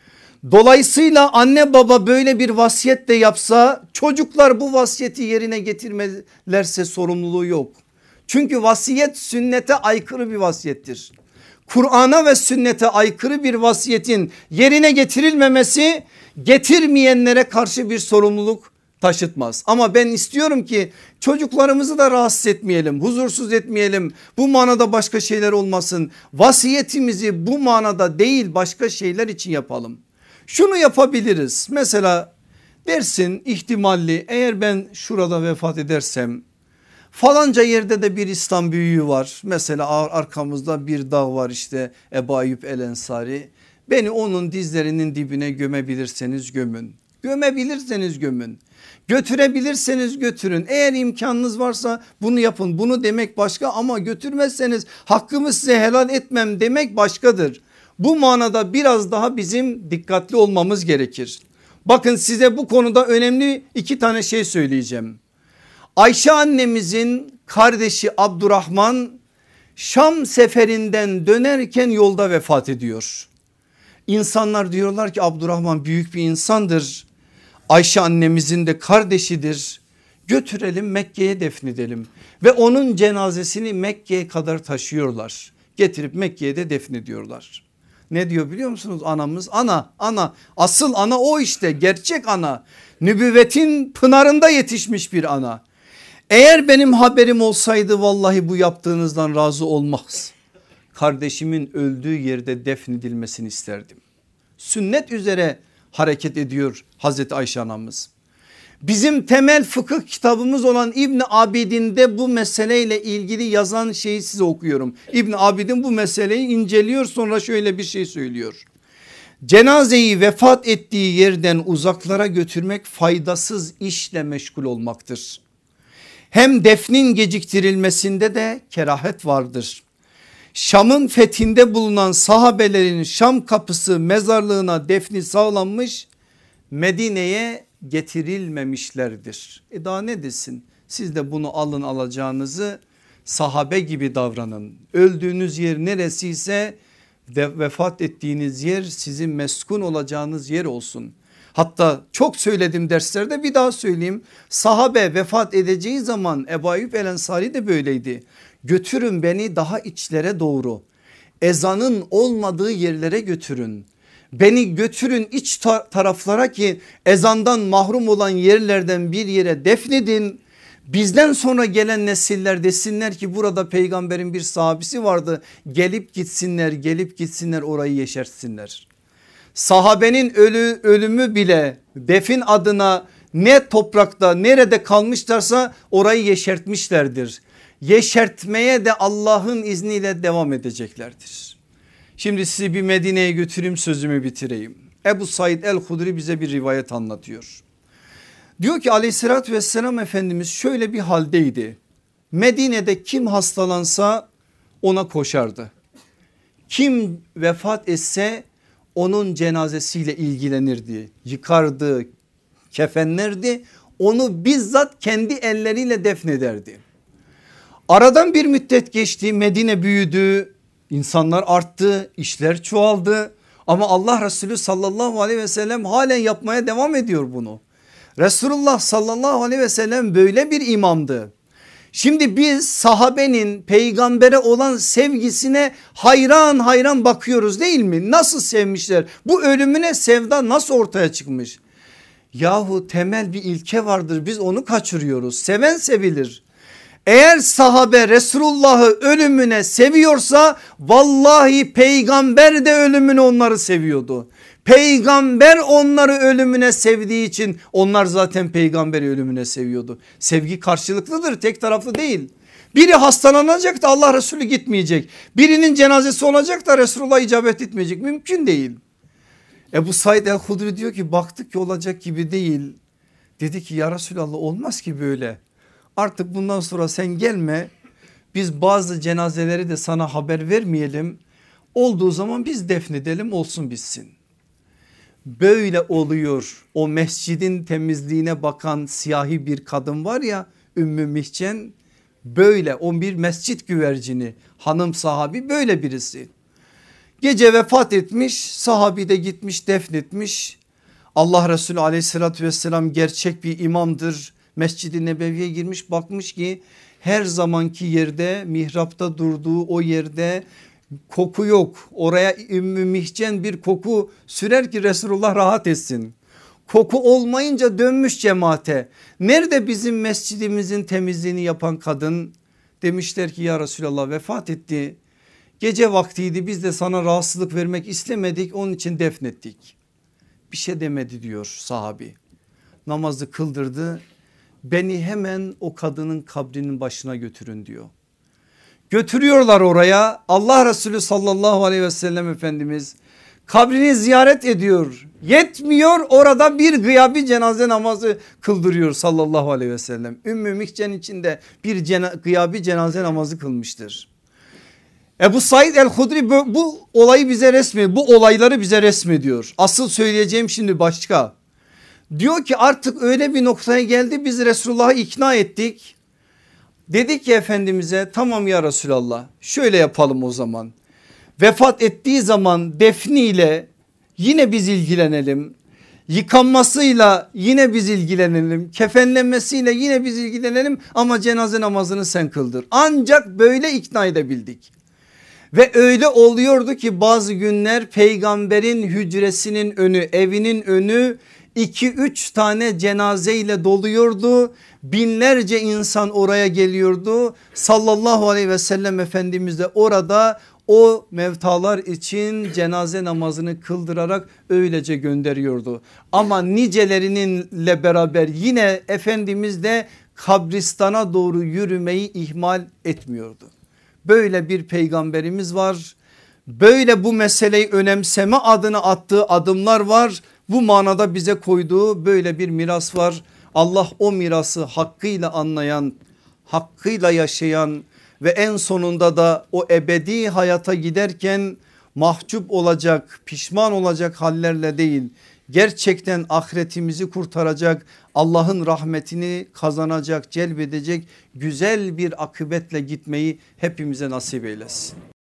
Dolayısıyla anne baba böyle bir vasiyet de yapsa çocuklar bu vasiyeti yerine getirmelerse sorumluluğu yok. Çünkü vasiyet sünnete aykırı bir vasiyettir. Kur'an'a ve sünnete aykırı bir vasiyetin yerine getirilmemesi getirmeyenlere karşı bir sorumluluk taşıtmaz. Ama ben istiyorum ki çocuklarımızı da rahatsız etmeyelim, huzursuz etmeyelim. Bu manada başka şeyler olmasın. Vasiyetimizi bu manada değil başka şeyler için yapalım. Şunu yapabiliriz. Mesela dersin ihtimalli, eğer ben şurada vefat edersem falanca yerde de bir İslam büyüğü var. Mesela arkamızda bir dağ var, işte Ebu Ayyub el Ensari. Beni onun dizlerinin dibine gömebilirseniz gömün. Gömebilirseniz gömün. Götürebilirseniz götürün. Eğer imkanınız varsa bunu yapın. Bunu demek başka, ama götürmezseniz hakkımı size helal etmem demek başkadır. Bu manada biraz daha bizim dikkatli olmamız gerekir. Bakın size bu konuda önemli iki tane şey söyleyeceğim. Ayşe annemizin kardeşi Abdurrahman Şam seferinden dönerken yolda vefat ediyor. İnsanlar diyorlar ki Abdurrahman büyük bir insandır. Ayşe annemizin de kardeşidir. Götürelim Mekke'ye defnedelim. Ve onun cenazesini Mekke'ye kadar taşıyorlar. Getirip Mekke'ye de defnediyorlar. Ne diyor biliyor musunuz anamız? Ana, ana, asıl ana o işte, gerçek ana. Nübüvvetin pınarında yetişmiş bir ana. Eğer benim haberim olsaydı vallahi bu yaptığınızdan razı olmaz. Kardeşimin öldüğü yerde defnedilmesini isterdim. Sünnet üzere hareket ediyor Hazreti Ayşe anamız. Bizim temel fıkıh kitabımız olan İbn Abidin'de bu meseleyle ilgili yazan şeyi size okuyorum. İbn Abidin bu meseleyi inceliyor, sonra şöyle bir şey söylüyor. Cenazeyi vefat ettiği yerden uzaklara götürmek faydasız işle meşgul olmaktır. Hem defnin geciktirilmesinde de kerahet vardır. Şam'ın fethinde bulunan sahabelerin Şam kapısı mezarlığına defni sağlanmış, Medine'ye getirilmemişlerdir. E daha ne desin? Siz de bunu alın, alacağınızı sahabe gibi davranın. Öldüğünüz yer neresiyse de vefat ettiğiniz yer sizin meskun olacağınız yer olsun. Hatta çok söyledim derslerde, bir daha söyleyeyim. Sahabe vefat edeceği zaman Ebu Ayyub el Ensari de böyleydi. Götürün beni daha içlere doğru, ezanın olmadığı yerlere götürün. Beni götürün iç taraflara ki ezandan mahrum olan yerlerden bir yere defnedin. Bizden sonra gelen nesiller desinler ki burada peygamberin bir sahabesi vardı. Gelip gitsinler, gelip gitsinler, orayı yeşertsinler. Sahabenin ölü, ölümü bile defin adına ne toprakta nerede kalmışlarsa orayı yeşertmişlerdir. Yeşertmeye de Allah'ın izniyle devam edeceklerdir. Şimdi sizi bir Medine'ye götüreyim, sözümü bitireyim. Ebu Said el-Hudri bize bir rivayet anlatıyor. Diyor ki aleyhissalatü vesselam Efendimiz şöyle bir haldeydi. Medine'de kim hastalansa ona koşardı. Kim vefat etse onun cenazesiyle ilgilenirdi. Yıkardı, kefenlerdi, onu bizzat kendi elleriyle defnederdi. Aradan bir müddet geçti, Medine büyüdü, insanlar arttı, işler çoğaldı. Ama Allah Resulü sallallahu aleyhi ve sellem halen yapmaya devam ediyor bunu. Resulullah sallallahu aleyhi ve sellem böyle bir imamdı. Şimdi biz sahabenin peygambere olan sevgisine hayran hayran bakıyoruz değil mi? Nasıl sevmişler? Bu ölümüne sevda nasıl ortaya çıkmış? Yahu temel bir ilke vardır, biz onu kaçırıyoruz. Seven sevilir. Eğer sahabe Resulullah'ı ölümüne seviyorsa vallahi peygamber de ölümüne onları seviyordu. Peygamber onları ölümüne sevdiği için onlar zaten peygamberi ölümüne seviyordu. Sevgi karşılıklıdır, tek taraflı değil. Biri hastalanacak da Allah Resulü gitmeyecek. Birinin cenazesi olacak da Resulullah icabet etmeyecek. Mümkün değil. Ebu Said el-Hudri diyor ki baktık ki olacak gibi değil. Dedi ki ya Resulallah olmaz ki böyle. Artık bundan sonra sen gelme, biz bazı cenazeleri de sana haber vermeyelim. Olduğu zaman biz defnedelim, olsun bitsin. Böyle oluyor. O mescidin temizliğine bakan siyahi bir kadın var ya, Ümmü Mihcen, böyle o bir mescit güvercini, hanım sahabi, böyle birisi. Gece vefat etmiş, sahabi de gitmiş defnetmiş. Allah Resulü aleyhissalatü vesselam gerçek bir imamdır. Mescid-i Nebevi'ye girmiş, bakmış ki her zamanki yerde, mihrapta durduğu o yerde koku yok. Oraya Ümmü Mihcen bir koku sürer ki Resulullah rahat etsin. Koku olmayınca dönmüş cemaate. Nerede bizim mescidimizin temizliğini yapan kadın? Demişler ki ya Resulallah vefat etti. Gece vaktiydi, biz de sana rahatsızlık vermek istemedik, onun için defnettik. Bir şey demedi diyor sahabi. Namazı kıldırdı. Beni hemen o kadının kabrinin başına götürün diyor. Götürüyorlar oraya. Allah Resulü sallallahu aleyhi ve sellem Efendimiz kabrini ziyaret ediyor. Yetmiyor, orada bir gıyabi cenaze namazı kıldırıyor sallallahu aleyhi ve sellem. Ümmü Mihcen içinde bir cena gıyabi cenaze namazı kılmıştır. Ebu Said el-Hudri bu, bu olayı bize resmediyor. Bu olayları bize resmediyor. Asıl söyleyeceğim şimdi başka. Diyor ki artık öyle bir noktaya geldi, biz Resulullah'ı ikna ettik. Dedik ki Efendimiz'e tamam ya Resulallah şöyle yapalım o zaman. Vefat ettiği zaman defniyle yine biz ilgilenelim. Yıkanmasıyla yine biz ilgilenelim. Kefenlenmesiyle yine biz ilgilenelim ama cenaze namazını sen kıldır. Ancak böyle ikna edebildik. Ve öyle oluyordu ki bazı günler peygamberin hücresinin önü, evinin önü iki üç tane cenazeyle doluyordu. Binlerce insan oraya geliyordu. Sallallahu aleyhi ve sellem Efendimiz de orada o mevtalar için cenaze namazını kıldırarak öylece gönderiyordu. Ama nicelerininle beraber yine Efendimiz de kabristana doğru yürümeyi ihmal etmiyordu. Böyle bir peygamberimiz var. Böyle bu meseleyi önemseme adına attığı adımlar var. Bu manada bize koyduğu böyle bir miras var. Allah o mirası hakkıyla anlayan, hakkıyla yaşayan ve en sonunda da o ebedi hayata giderken mahcup olacak, pişman olacak hallerle değil, gerçekten ahiretimizi kurtaracak, Allah'ın rahmetini kazanacak, celbedecek güzel bir akıbetle gitmeyi hepimize nasip eylesin.